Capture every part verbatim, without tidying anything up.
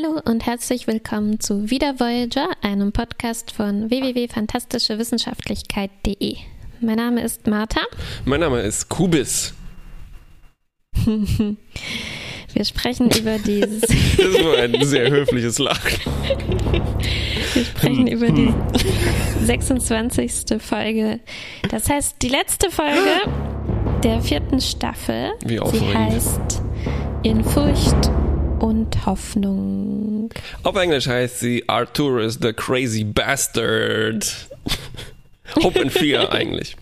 Hallo und herzlich willkommen zu Wieder Voyager, einem Podcast von w w w punkt fantastische wissenschaftlichkeit punkt de. Mein Name ist Martha. Mein Name ist Kubis. Wir sprechen über dieses... Das war ein sehr höfliches Lachen. Wir sprechen über die sechsundzwanzigste Folge. Das heißt, die letzte Folge der vierten Staffel. Wie Sie aufregend. heißt In Furcht und Hoffnung. Auf Englisch heißt sie Arturus the Crazy Bastard. Hope and Fear eigentlich.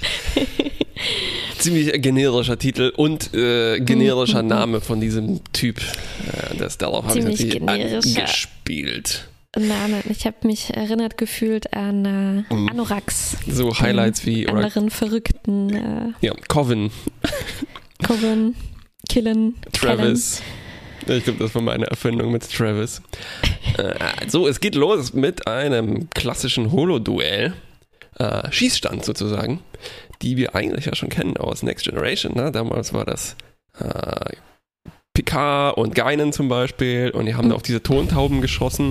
Ziemlich generischer Titel und äh, generischer Mhm. Name von diesem Typ. Äh, das darauf habe ich Ziemlich natürlich generischer. angespielt. Name. Ich habe mich erinnert gefühlt an äh, Mhm. Anorax. So Highlights den wie anderen verrückten äh, ja, Coven, Coven, Killen, Travis. Ich glaube, das war meine Erfindung mit Travis. äh, so, es geht los mit einem klassischen Holo-Duell. Äh, Schießstand sozusagen, die wir eigentlich ja schon kennen aus Next Generation. Ne? Damals war das äh, Picard und Guinan zum Beispiel und die haben Mhm. da auf diese Tontauben geschossen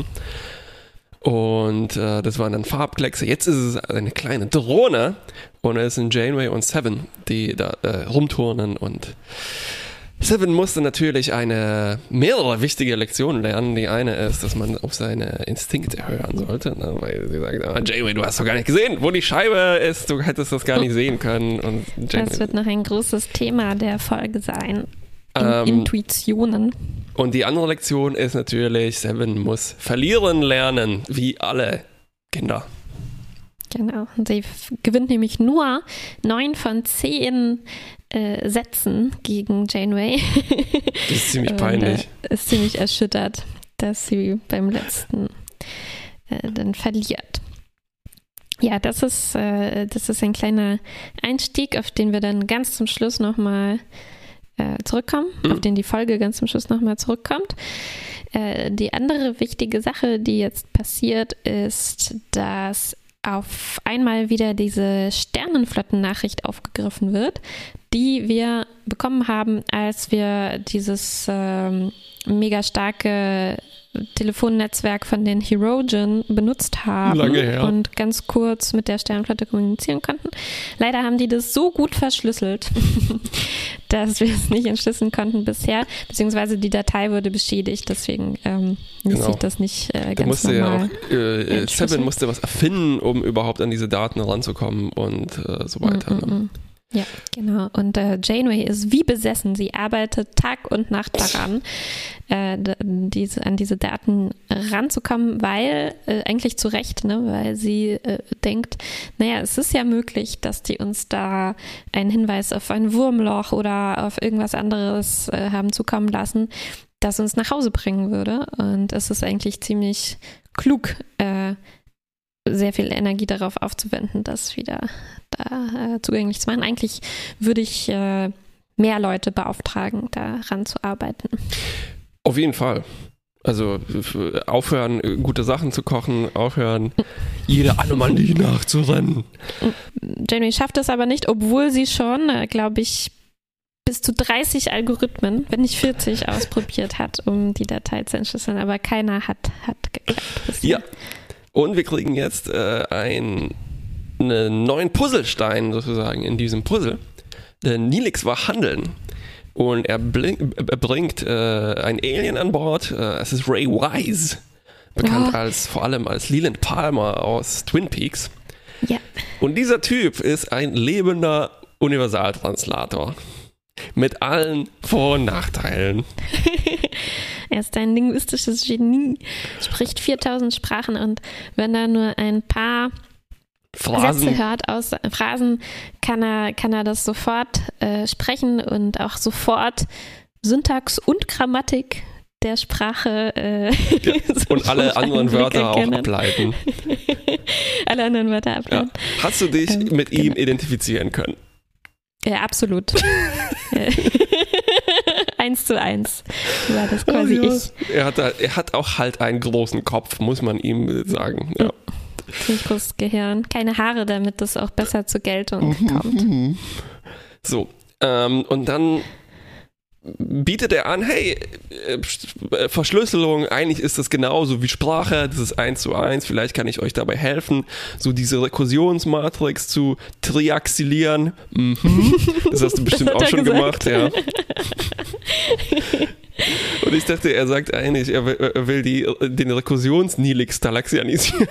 und äh, das waren dann Farbkleckse. Jetzt ist es eine kleine Drohne und es sind Janeway und Seven, die da äh, rumturnen und Seven musste natürlich eine mehrere wichtige Lektionen lernen. Die eine ist, dass man auf seine Instinkte hören sollte, ne? Weil sie sagt, ah, Janeway, du hast doch gar nicht gesehen, wo die Scheibe ist, du hättest das gar nicht sehen können. Und Janeway, Das wird noch ein großes Thema der Folge sein. In Ähm, Intuitionen. und die andere Lektion ist natürlich, Seven muss verlieren lernen, wie alle Kinder. Genau. Und sie f- gewinnt nämlich nur neun von zehn äh, Sätzen gegen Janeway. Das ist ziemlich Und, peinlich. Äh, ist ziemlich erschüttert, dass sie beim letzten äh, dann verliert. Ja, das ist, äh, das ist ein kleiner Einstieg, auf den wir dann ganz zum Schluss nochmal äh, zurückkommen, Mhm. auf den die Folge ganz zum Schluss nochmal zurückkommt. Äh, die andere wichtige Sache, die jetzt passiert, ist, dass auf einmal wieder diese Sternenflotten-Nachricht aufgegriffen wird, die wir bekommen haben, als wir dieses ähm, mega starke Telefonnetzwerk von den Herogen benutzt haben Lange her. und ganz kurz mit der Sternenflotte kommunizieren konnten. Leider haben die das so gut verschlüsselt, dass wir es nicht entschlüsseln konnten bisher, beziehungsweise die Datei wurde beschädigt, deswegen ähm, ließ Genau. sich das nicht äh, Da ganz musste ja normal. auch, äh, entschlüsseln. Seven musste was erfinden, um überhaupt an diese Daten ranzukommen und äh, so weiter. Mm, Ne? mm, mm. Ja, genau. Und äh, Janeway ist wie besessen. Sie arbeitet Tag und Nacht daran, äh, d- diese, an diese Daten ranzukommen, weil, äh, eigentlich zu Recht, ne, weil sie äh, denkt, naja, es ist ja möglich, dass die uns da einen Hinweis auf ein Wurmloch oder auf irgendwas anderes äh, haben zukommen lassen, das uns nach Hause bringen würde. Und es ist eigentlich ziemlich klug, äh, sehr viel Energie darauf aufzuwenden, das wieder da äh, zugänglich zu machen. Eigentlich würde ich äh, mehr Leute beauftragen, daran zu arbeiten. Auf jeden Fall. Also f- aufhören, äh, gute Sachen zu kochen, aufhören, jede Anomalie nachzurennen. Janeway schafft es aber nicht, obwohl sie schon, äh, glaube ich, bis zu dreißig Algorithmen, wenn nicht vierzig, ausprobiert hat, um die Datei zu entschlüsseln. Aber keiner hat, hat geklappt bisher. Ja. Und wir kriegen jetzt äh, ein, einen neuen Puzzlestein sozusagen in diesem Puzzle. Denn Neelix war handeln. Und er, blink, er bringt äh, ein Alien an Bord. Äh, es ist Ray Wise. Bekannt Ja. als vor allem als Leland Palmer aus Twin Peaks. Ja. Und dieser Typ ist ein lebender Universaltranslator. Mit allen Vor- und Nachteilen. Er ist ein linguistisches Genie, spricht viertausend Sprachen und wenn er nur ein paar Phrasen. Sätze hört aus Phrasen, kann er, kann er das sofort äh, sprechen und auch sofort Syntax und Grammatik der Sprache äh, Ja. Und alle auf einen anderen Blick Wörter auch erkennen. ableiten. Alle anderen Wörter Ja. ableiten. Hast du dich Ähm, mit ihm genau. identifizieren können? Ja, absolut. eins zu eins war das quasi Oh ja. ich. Er hat, halt- er hat auch halt einen großen Kopf, muss man ihm sagen. Ja. Ziemlich großes Gehirn. Keine Haare, damit das auch besser zur Geltung kommt. So, ähm, und dann bietet er an, hey, äh, Verschlüsselung, eigentlich ist das genauso wie Sprache, das ist eins zu eins, vielleicht kann ich euch dabei helfen, so diese Rekursionsmatrix zu triaxilieren. Mhm. Das hast du bestimmt auch schon gesagt. gemacht, ja. Und ich dachte, er sagt eigentlich, er will, er will die, den Rekursions-Nilix talaxianisieren.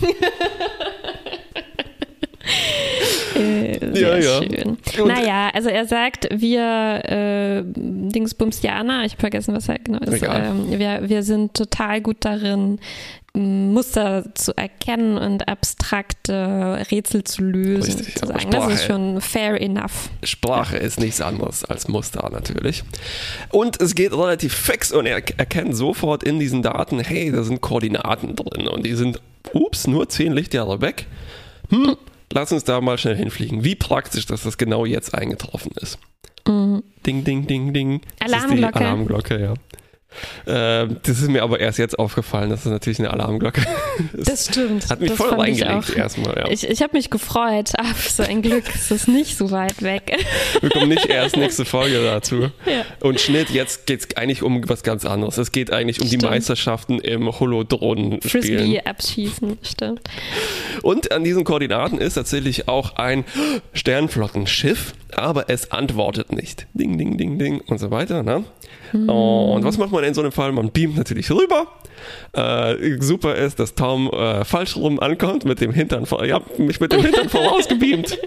Äh, sehr ja, schön. Ja. Naja, also er sagt, wir äh, Dingsbumsianer, ich habe vergessen, was er genau ist, ähm, wir, wir sind total gut darin, Muster zu erkennen und abstrakte Rätsel zu lösen. Richtig, zu sagen. Sprache, das ist schon fair enough. Sprache ja. ist nichts anderes als Muster natürlich. Und es geht relativ fix und er erkennt sofort in diesen Daten, hey, da sind Koordinaten drin und die sind, ups, nur zehn Lichtjahre weg. Hm, lass uns da mal schnell hinfliegen. Wie praktisch, dass das genau jetzt eingetroffen ist. Mhm. Ding, ding, ding, ding. Das Alarmglocke. Ist die Alarmglocke, ja. Äh, das ist mir aber erst jetzt aufgefallen, das ist natürlich eine Alarmglocke ist. Das stimmt. Hat mich das voll reingelegt erstmal. Ja. Ich, ich habe mich gefreut, aber so ein Glück ist es nicht so weit weg. Wir kommen nicht erst nächste Folge dazu. Ja. Und Schnitt, jetzt geht es eigentlich um was ganz anderes. Es geht eigentlich um stimmt. die Meisterschaften im Holodronen-Spielen. Frisbee abschießen, stimmt. Und an diesen Koordinaten ist tatsächlich auch ein Sternflottenschiff, aber es antwortet nicht. Ding, ding, ding, ding und so weiter. Ne? Hm. Und was macht man in so einem Fall? Man beamt natürlich rüber. Äh, super ist, dass Tom äh, falsch rum ankommt mit dem Hintern. Vor- ja, mich mit dem Hintern vorausgebeamt.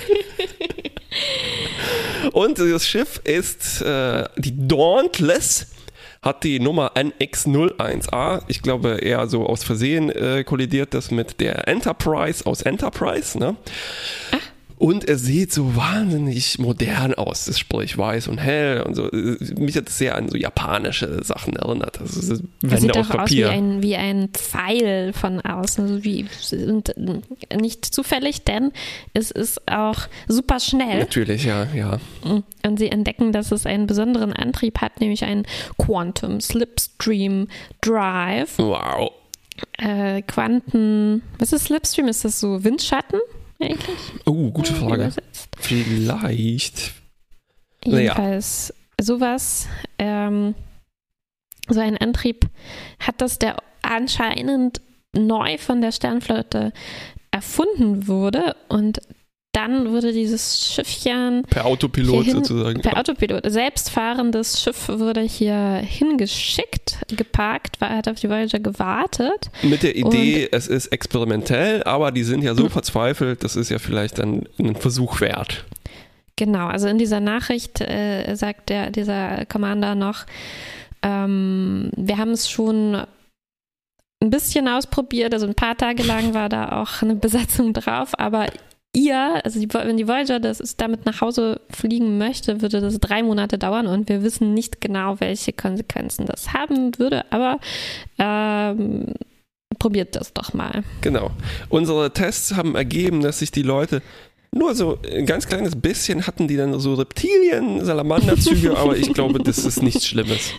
Und das Schiff ist äh, die Dauntless, hat die Nummer N X null eins A. Ich glaube, eher so aus Versehen äh, kollidiert das mit der Enterprise aus Enterprise. Ne? Ach. Und es sieht so wahnsinnig modern aus, das sprich weiß und hell und so. Mich hat es sehr an so japanische Sachen erinnert. Das ist das sieht doch aus wie ein, wie ein Pfeil von außen. Also wie, und nicht zufällig, denn es ist auch super schnell. Natürlich, ja, ja. Und sie entdecken, dass es einen besonderen Antrieb hat, nämlich einen Quantum Slipstream Drive. Wow. Äh, Quanten, was ist Slipstream? Ist das so Windschatten? Eigentlich? Oh, gute Frage. Übersetzt. Vielleicht. Jedenfalls naja. sowas, ähm, so ein Antrieb hat das, der anscheinend neu von der Sternflotte erfunden wurde und dann wurde dieses Schiffchen per Autopilot hin, sozusagen. Per Autopilot. Selbstfahrendes Schiff wurde hier hingeschickt, geparkt, war, hat auf die Voyager gewartet. Mit der Idee, und es ist experimentell, aber die sind ja so verzweifelt, das ist ja vielleicht dann ein Versuch wert. Genau, also in dieser Nachricht äh, sagt der, dieser Commander noch, ähm, wir haben es schon ein bisschen ausprobiert, also ein paar Tage lang war da auch eine Besatzung drauf, aber ihr, also die, wenn die Voyager das ist, damit nach Hause fliegen möchte, würde das drei Monate dauern und wir wissen nicht genau, welche Konsequenzen das haben würde, aber ähm, probiert das doch mal. Genau. Unsere Tests haben ergeben, dass sich die Leute nur so ein ganz kleines bisschen hatten, die dann so Reptilien, Salamanderzüge, aber ich glaube, das ist nichts Schlimmes.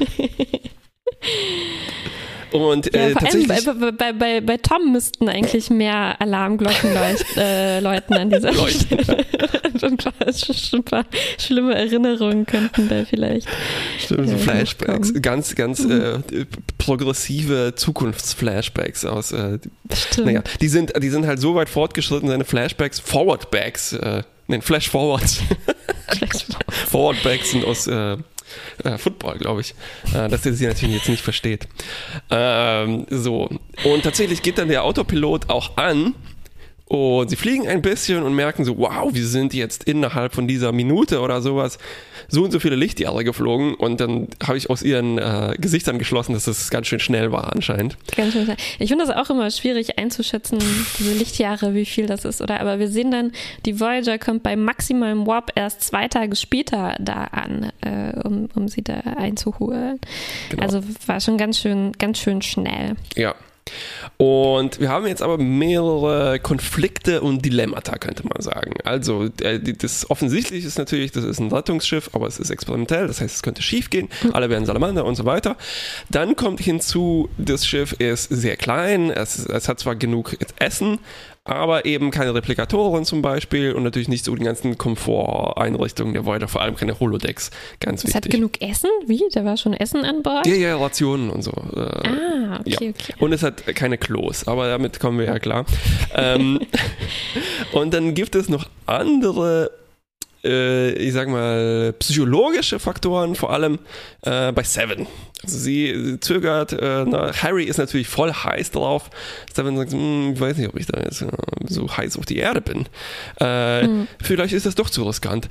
Und, äh, ja, vor tatsächlich allem bei, bei, bei, bei Tom müssten eigentlich mehr Alarmglocken leucht, äh, läuten an dieser Stelle. Ein paar schlimme Erinnerungen könnten da vielleicht. Stimmt, so Flashbacks. Kommen. Ganz, ganz äh, progressive Zukunftsflashbacks aus. Äh, Stimmt. Naja, die sind, die sind halt so weit fortgeschritten, seine Flashbacks, Forwardbacks, äh, nein, Flashforwards. Forwardbacks sind aus äh, Äh, Football, glaube ich, äh, dass er sie natürlich jetzt nicht versteht. Ähm, so. Und tatsächlich geht dann der Autopilot auch an und sie fliegen ein bisschen und merken so, wow, wir sind jetzt innerhalb von dieser Minute oder sowas so und so viele Lichtjahre geflogen und dann habe ich aus ihren äh, Gesichtern geschlossen, dass das ganz schön schnell war anscheinend. Ganz schön schnell. Ich finde das auch immer schwierig einzuschätzen, diese Lichtjahre, wie viel das ist, oder? Aber wir sehen dann, die Voyager kommt bei maximalem Warp erst zwei Tage später da an, äh, um, um sie da einzuholen. Genau. Also war schon ganz schön, ganz schön schnell. Ja. Und wir haben jetzt aber mehrere Konflikte und Dilemmata, könnte man sagen. Also äh, das Offensichtliche ist natürlich, das ist ein Rettungsschiff, aber es ist experimentell, das heißt, es könnte schief gehen, alle werden Salamander und so weiter. Dann kommt hinzu, das Schiff ist sehr klein, es, es hat zwar genug Essen, aber eben keine Replikatoren zum Beispiel und natürlich nicht so die ganzen Komforteinrichtungen der Voyager, vor allem keine Holodecks, ganz es wichtig. Es hat genug Essen? Wie? Da war schon Essen an Bord? Ja, ja, Rationen und so. Ah, okay, ja. okay. Und es hat keine Klos, aber damit kommen wir ja klar. ähm, und dann gibt es noch andere, äh, ich sag mal, psychologische Faktoren, vor allem äh, bei Seven. Also sie, sie zögert, äh, na, Harry ist natürlich voll heiß drauf. Seven sagt, ich weiß nicht, ob ich da jetzt äh, so heiß auf die Erde bin. Äh, hm. Vielleicht ist das doch zu riskant.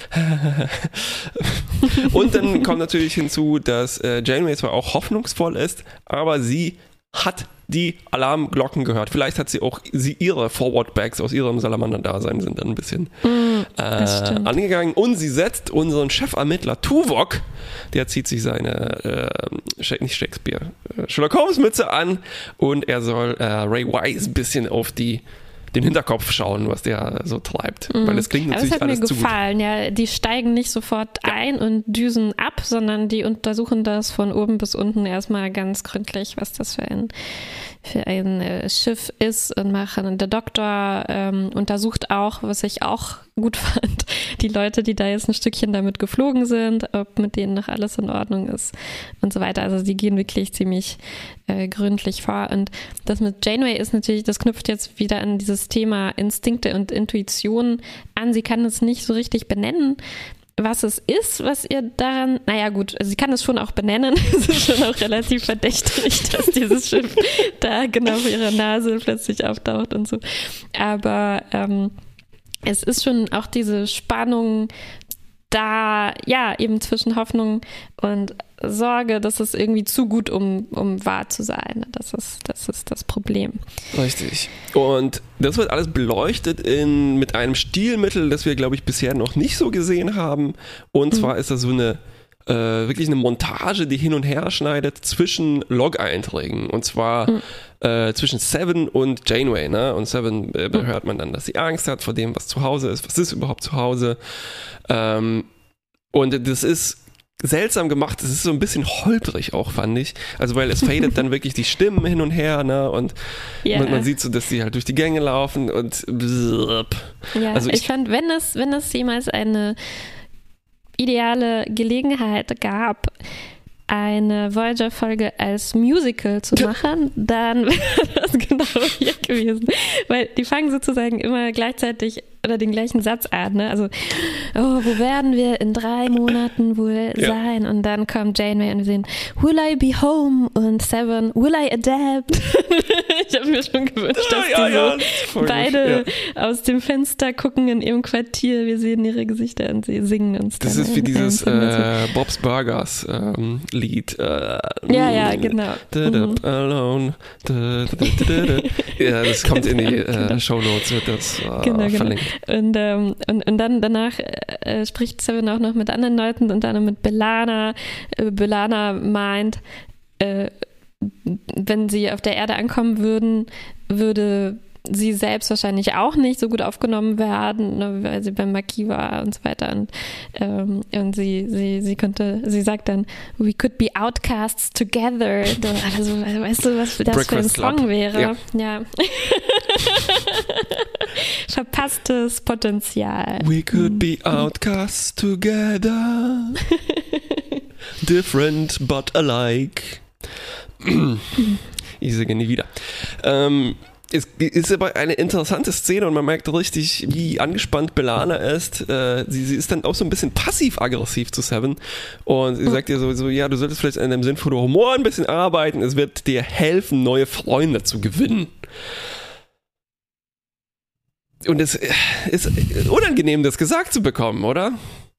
Und dann kommt natürlich hinzu, dass äh, Janeway zwar auch hoffnungsvoll ist, aber sie hat die Alarmglocken gehört. Vielleicht hat sie auch sie ihre Forward-Bags aus ihrem Salamander-Dasein sind dann ein bisschen mm, äh, angegangen. Und sie setzt unseren Chefermittler Tuvok, der zieht sich seine, äh, nicht Shakespeare, äh, Sherlock Holmes-Mütze an und er soll äh, Ray Wise ein bisschen auf die den Hinterkopf schauen, was der so treibt. Mm. Weil es klingt natürlich alles zu gut. Das hat mir gefallen, ja. Die steigen nicht sofort ja. ein und düsen ab, sondern die untersuchen das von oben bis unten erstmal ganz gründlich, was das für ein, für ein äh, Schiff ist und machen. Und der Doktor ähm, untersucht auch, was ich auch gut fand, die Leute, die da jetzt ein Stückchen damit geflogen sind, ob mit denen noch alles in Ordnung ist und so weiter. Also die gehen wirklich ziemlich äh, gründlich vor. Und das mit Janeway ist natürlich, das knüpft jetzt wieder an dieses Thema Instinkte und Intuition an. Sie kann es nicht so richtig benennen, was es ist, was ihr daran, naja gut, also sie kann es schon auch benennen, es ist schon auch relativ verdächtig, dass dieses Schiff da genau vor ihrer Nase plötzlich auftaucht und so. Aber ähm, es ist schon auch diese Spannung da, ja, eben zwischen Hoffnung und Sorge, das ist irgendwie zu gut, um, um wahr zu sein. Das ist, das ist das Problem. Richtig. Und das wird alles beleuchtet in, mit einem Stilmittel, das wir, glaube ich, bisher noch nicht so gesehen haben. Und zwar mhm. ist das so eine äh, wirklich eine Montage, die hin und her schneidet zwischen Log-Einträgen. Und zwar mhm. äh, zwischen Seven und Janeway. Ne? Und Seven äh, hört man dann, dass sie Angst hat vor dem, was zu Hause ist. Was ist überhaupt zu Hause? Ähm, und das ist seltsam gemacht, es ist so ein bisschen holprig auch, fand ich. Also weil es fadet dann wirklich die Stimmen hin und her, ne? Und yeah. man, man sieht so, dass sie halt durch die Gänge laufen und ja, also ich, ich fand, wenn es, wenn es jemals eine ideale Gelegenheit gab, eine Voyager-Folge als Musical zu machen, dann wäre das genau hier gewesen. Weil die fangen sozusagen immer gleichzeitig oder den gleichen Satz an. Ne? Also, oh, wo werden wir in drei Monaten wohl ja. sein? Und dann kommt Janeway und wir sehen, will I be home? Und Seven, will I adapt? Ich habe mir schon gewünscht, dass ja, die ja, so ja. beide ja. aus dem Fenster gucken in ihrem Quartier. Wir sehen ihre Gesichter und sie singen uns. Das ist wie dieses äh, Bob's Burgers ähm, Lied. Äh, ja, ja, genau. Mhm. Alone. Ja, das kommt in die äh, genau. Shownotes, wird das äh, genau, genau. verlinkt. Und, ähm, und, und dann danach äh, spricht Seven auch noch mit anderen Leuten und dann mit B'Elanna. Äh, B'Elanna meint, äh, wenn sie auf der Erde ankommen würden, würde sie selbst wahrscheinlich auch nicht so gut aufgenommen werden, ne, weil sie beim Marquis war und so weiter. Und, ähm, und sie, sie, sie konnte, sie sagt dann, we could be outcasts together. Also, weißt du, was das Breakfast für ein Song Club. Wäre? Ja. ja. Verpasstes Potenzial. We could be outcasts together. Different but alike. Ich singe nie wieder. Ähm, Es ist aber eine interessante Szene und man merkt richtig, wie angespannt B'Elanna ist. Äh, sie, sie ist dann auch so ein bisschen passiv-aggressiv zu Seven und sie sagt ihr so, so, ja, du solltest vielleicht an deinem sinnvollen Humor ein bisschen arbeiten, es wird dir helfen, neue Freunde zu gewinnen. Und es ist unangenehm, das gesagt zu bekommen, oder?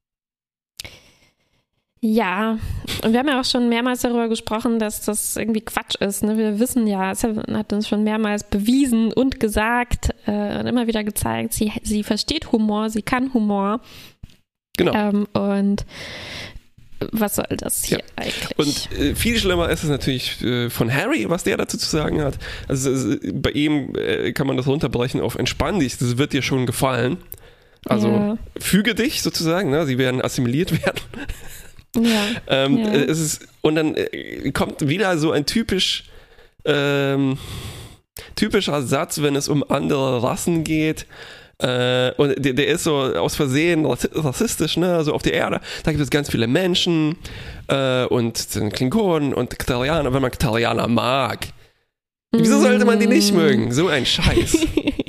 Ja, und wir haben ja auch schon mehrmals darüber gesprochen, dass das irgendwie Quatsch ist. Ne? Wir wissen ja, Seven hat uns schon mehrmals bewiesen und gesagt äh, und immer wieder gezeigt, sie, sie versteht Humor, sie kann Humor. Genau. Ähm, und was soll das hier ja. eigentlich? Und äh, viel schlimmer ist es natürlich äh, von Harry, was der dazu zu sagen hat. Also äh, bei ihm äh, kann man das runterbrechen auf entspann dich, das wird dir schon gefallen. Also ja. füge dich sozusagen, ne? Sie werden assimiliert werden. Ja. ähm, ja. Es ist, und dann äh, kommt wieder so ein typisch ähm, typischer Satz, wenn es um andere Rassen geht. Äh, und der, der ist so aus Versehen rassistisch, ne? So auf der Erde. Da gibt es ganz viele Menschen äh, und Klingonen und Ktarianer, wenn man Ktarianer mag. Wieso sollte man die nicht mögen? So ein Scheiß.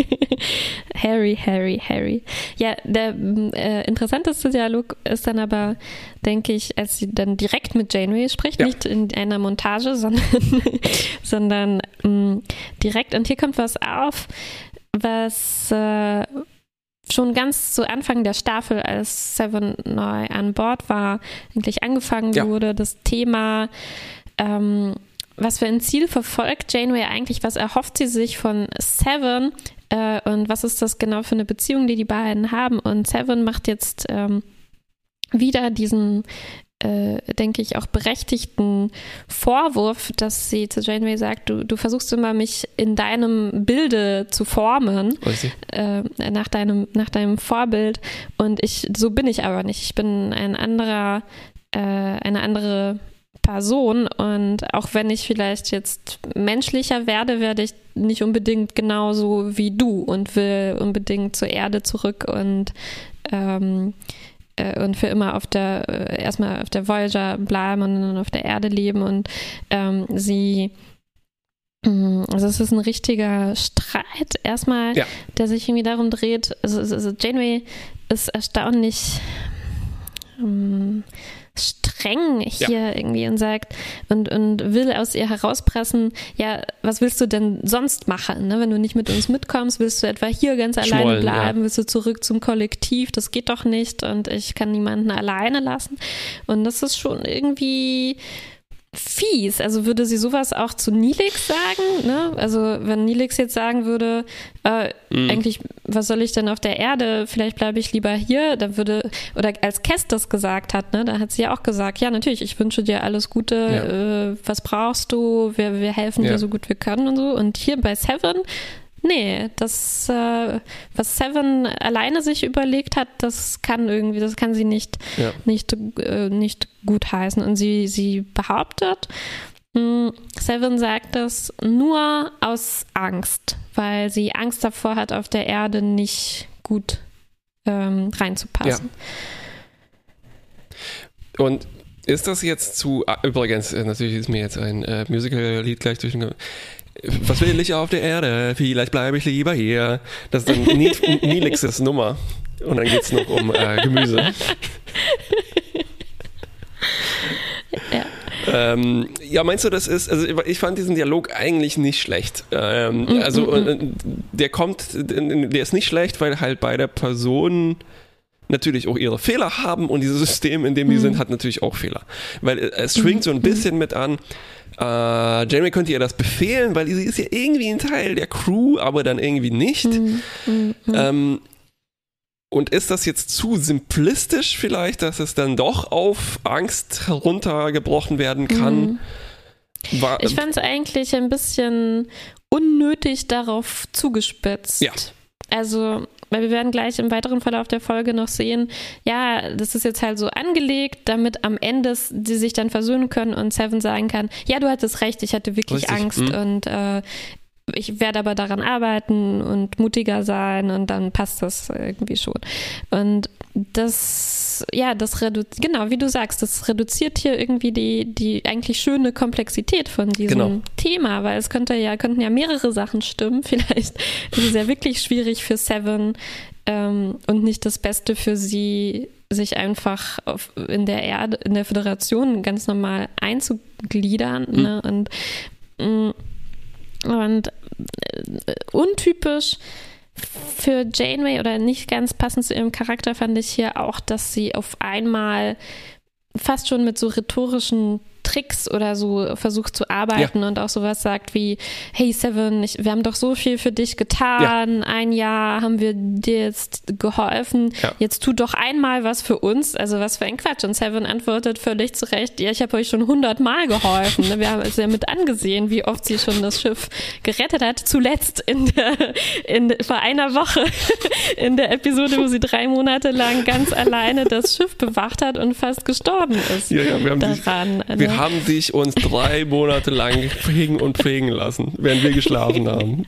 Harry, Harry, Harry. Ja, der äh, interessanteste Dialog ist dann aber, denke ich, als sie dann direkt mit Janeway spricht, ja. nicht in einer Montage, sondern, sondern mh, direkt. Und hier kommt was auf, was äh, schon ganz zu Anfang der Staffel, als Seven neu an Bord war, eigentlich angefangen ja. wurde, das Thema ähm, was für ein Ziel verfolgt Janeway eigentlich, was erhofft sie sich von Seven äh, und was ist das genau für eine Beziehung, die die beiden haben. Und Seven macht jetzt ähm, wieder diesen, äh, denke ich, auch berechtigten Vorwurf, dass sie zu Janeway sagt, du, du versuchst immer, mich in deinem Bilde zu formen, äh, nach deinem, nach deinem Vorbild, und ich, so bin ich aber nicht. Ich bin ein anderer, äh, eine andere Person, und auch wenn ich vielleicht jetzt menschlicher werde, werde ich nicht unbedingt genauso wie du und will unbedingt zur Erde zurück und ähm, äh, und für immer auf der äh, erstmal auf der Voyager bleiben und dann auf der Erde leben, und ähm, sie also es ist ein richtiger Streit erstmal, ja. der sich irgendwie darum dreht, also, also Janeway ist erstaunlich ähm, streng hier ja. irgendwie und sagt und, und will aus ihr herauspressen, ja, was willst du denn sonst machen, ne? Wenn du nicht mit uns mitkommst, willst du etwa hier ganz alleine Schmollen, bleiben, ja. willst du zurück zum Kollektiv, das geht doch nicht, und ich kann niemanden alleine lassen, und das ist schon irgendwie fies. Also würde sie sowas auch zu Neelix sagen, ne? Also wenn Neelix jetzt sagen würde, äh, mhm. eigentlich, was soll ich denn auf der Erde? Vielleicht bleibe ich lieber hier. Da würde, oder als Kes das gesagt hat, ne, da hat sie ja auch gesagt, ja, natürlich, ich wünsche dir alles Gute, ja. äh, was brauchst du? Wir, wir helfen ja. dir so gut wir können und so. Und hier bei Seven, nee, das, äh, was Seven alleine sich überlegt hat, das kann irgendwie, das kann sie nicht, ja. nicht, äh, nicht gut heißen. Und sie, sie behauptet, mh, Seven sagt das nur aus Angst, weil sie Angst davor hat, auf der Erde nicht gut ähm, reinzupassen. Ja. Und ist das jetzt zu, übrigens, natürlich ist mir jetzt ein äh, Musical-Lied gleich durch den Was will ich auf der Erde? Vielleicht bleibe ich lieber hier. Das ist dann Neelix's Nummer. Und dann geht es noch um äh, Gemüse. Ja. Ähm, ja, meinst du, das ist, also ich fand diesen Dialog eigentlich nicht schlecht. Ähm, mm, also mm, mm. der kommt, der ist nicht schlecht, weil halt beide Personen natürlich auch ihre Fehler haben, und dieses System, in dem die mm. sind, hat natürlich auch Fehler. Weil es schwingt mm. so ein bisschen mit an, Uh, Janeway könnte ihr das befehlen, weil sie ist ja irgendwie ein Teil der Crew, aber dann irgendwie nicht. Mm, mm, mm. Ähm, und ist das jetzt zu simplistisch vielleicht, dass es dann doch auf Angst heruntergebrochen werden kann? Mm. War, ich fand es eigentlich ein bisschen unnötig darauf zugespitzt. Ja. Also, weil wir werden gleich im weiteren Verlauf der Folge noch sehen, ja, das ist jetzt halt so angelegt, damit am Ende sie sich dann versöhnen können und Seven sagen kann, ja, du hattest recht, ich hatte wirklich Richtig. Angst mhm. und äh, ich werde aber daran arbeiten und mutiger sein, und dann passt das irgendwie schon. Und das, ja, das reduziert, genau, wie du sagst, das reduziert hier irgendwie die, die eigentlich schöne Komplexität von diesem genau. Thema, weil es könnte ja, könnten ja mehrere Sachen stimmen. Vielleicht ist es ja wirklich schwierig für Seven ähm, und nicht das Beste für sie, sich einfach auf, in der Erde, in der Föderation ganz normal einzugliedern, mhm. ne? Und mh, Und äh, untypisch für Janeway oder nicht ganz passend zu ihrem Charakter fand ich hier auch, dass sie auf einmal fast schon mit so rhetorischen Tricks oder so versucht zu arbeiten ja. und auch sowas sagt wie, hey Seven, ich, wir haben doch so viel für dich getan, ja. ein Jahr haben wir dir jetzt geholfen, ja. jetzt tu doch einmal was für uns, also was für ein Quatsch. Und Seven antwortet völlig zu Recht, ja, ich habe euch schon hundertmal geholfen. Wir haben es ja mit angesehen, wie oft sie schon das Schiff gerettet hat, zuletzt in der, in, vor einer Woche in der Episode, wo sie drei Monate lang ganz alleine das Schiff bewacht hat und fast gestorben ist. Ja, ja, wir haben daran. Dich, wir haben dich uns drei Monate lang fegen und fegen lassen, während wir geschlafen haben.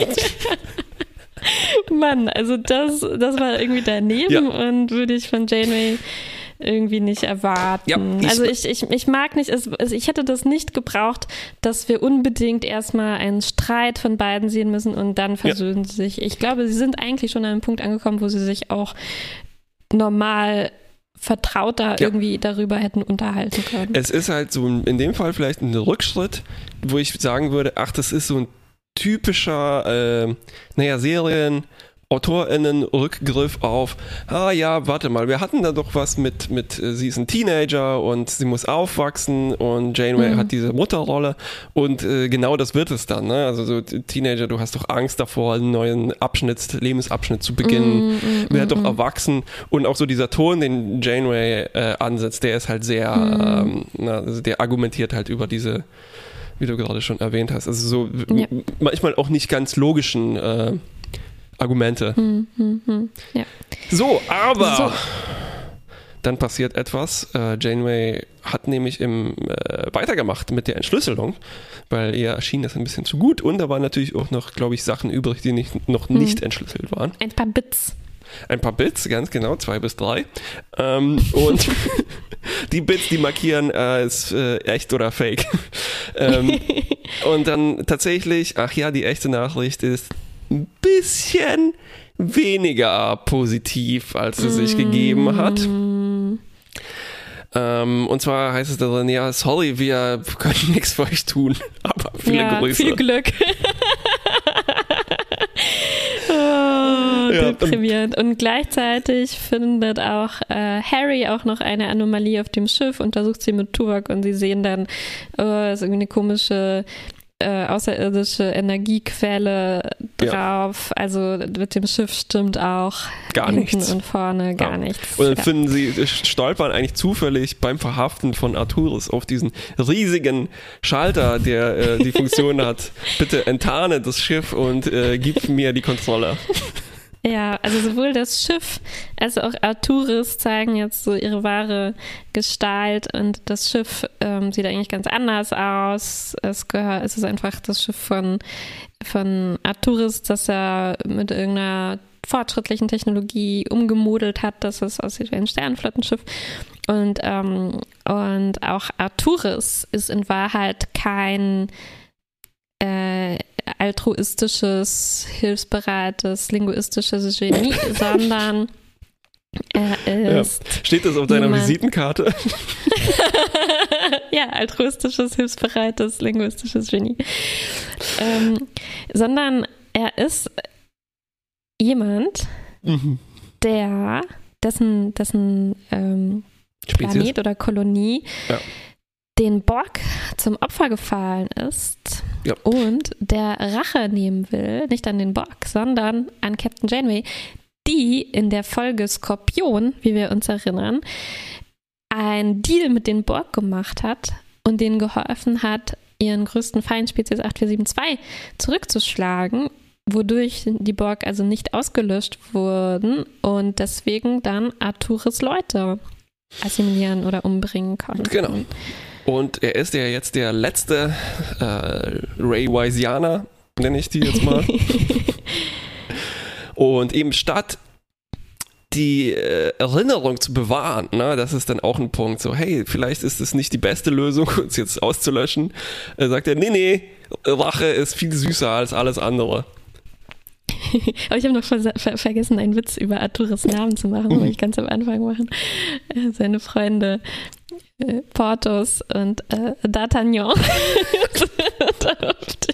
Mann, also das, das war irgendwie daneben ja. und würde ich von Janeway irgendwie nicht erwarten. Ja, ich also ich, ich, ich mag nicht, es, ich hätte das nicht gebraucht, dass wir unbedingt erstmal einen Streit von beiden sehen müssen und dann versöhnen ja. sie sich. Ich glaube, sie sind eigentlich schon an einem Punkt angekommen, wo sie sich auch normal vertrauter ja. irgendwie darüber hätten unterhalten können. Es ist halt so in dem Fall vielleicht ein Rückschritt, wo ich sagen würde, ach, das ist so ein typischer, äh, naja, Serien- AutorInnen-Rückgriff auf, ah ja, warte mal, wir hatten da doch was mit, mit sie ist ein Teenager und sie muss aufwachsen und Janeway mhm. hat diese Mutterrolle und äh, genau das wird es dann, ne? Also so Teenager, du hast doch Angst davor, einen neuen Abschnitt, Lebensabschnitt zu beginnen, mhm, werd doch erwachsen und auch so dieser Ton, den Janeway äh, ansetzt, der ist halt sehr, mhm. ähm, na, also der argumentiert halt über diese, wie du gerade schon erwähnt hast, also so ja. m- manchmal auch nicht ganz logischen äh, Argumente. Hm, hm, hm. Ja. So, aber so. Dann passiert etwas. Äh, Janeway hat nämlich im, äh, weitergemacht mit der Entschlüsselung, weil ihr erschien das ein bisschen zu gut und da waren natürlich auch noch, glaube ich, Sachen übrig, die nicht, noch hm. nicht entschlüsselt waren. Ein paar Bits. Ein paar Bits, ganz genau, zwei bis drei. Ähm, und die Bits, die markieren, äh, ist äh, echt oder fake. ähm, und dann tatsächlich, ach ja, die echte Nachricht ist ein bisschen weniger positiv, als es sich gegeben hat. Ähm, und zwar heißt es dann, ja, sorry, wir können nichts für euch tun, aber viele ja, Grüße. Viel Glück. oh, ja, deprimierend. Und, und gleichzeitig findet auch äh, Harry auch noch eine Anomalie auf dem Schiff, untersucht sie mit Tuvok und sie sehen dann, oh, ist irgendwie eine komische Äh, außerirdische Energiequelle drauf. Ja. Also mit dem Schiff stimmt auch gar hinten nichts. Und vorne gar ja. nichts. Und dann ja. finden sie, stolpern eigentlich zufällig beim Verhaften von Arturis auf diesen riesigen Schalter, der äh, die Funktion hat, bitte enttarne das Schiff und äh, gib mir die Kontrolle. Ja, also sowohl das Schiff als auch Arturis zeigen jetzt so ihre wahre Gestalt und das Schiff ähm, sieht eigentlich ganz anders aus. Es, gehört, es ist einfach das Schiff von, von Arturis, das er mit irgendeiner fortschrittlichen Technologie umgemodelt hat, dass es aussieht wie ein Sternenflottenschiff. Und, ähm, und auch Arturis ist in Wahrheit kein äh, altruistisches, hilfsbereites, linguistisches Genie, sondern er ist. Ja. Steht das auf deiner jemand, Visitenkarte? Ja, altruistisches, hilfsbereites, linguistisches Genie. Ähm, sondern er ist jemand, mhm. der, dessen, dessen ähm, Planet oder Kolonie ja. den Borg zum Opfer gefallen ist ja. und der Rache nehmen will, nicht an den Borg, sondern an Captain Janeway, die in der Folge Skorpion, wie wir uns erinnern, einen Deal mit den Borg gemacht hat und denen geholfen hat, ihren größten Feind Spezies acht vier sieben zwei zurückzuschlagen, wodurch die Borg also nicht ausgelöscht wurden und deswegen dann Arturis Leute assimilieren oder umbringen konnten. Genau. Und er ist ja jetzt der letzte äh, Ray Wysianer, nenne ich die jetzt mal. Und eben statt die äh, Erinnerung zu bewahren, ne, das ist dann auch ein Punkt, so hey, vielleicht ist es nicht die beste Lösung, uns jetzt auszulöschen, äh, sagt er, nee, nee, Rache ist viel süßer als alles andere. Aber ich habe noch ver- ver- vergessen, einen Witz über Arturis Namen zu machen, wollte ich ganz am Anfang machen. Äh, seine Freunde äh, Porthos und äh, D'Artagnan auf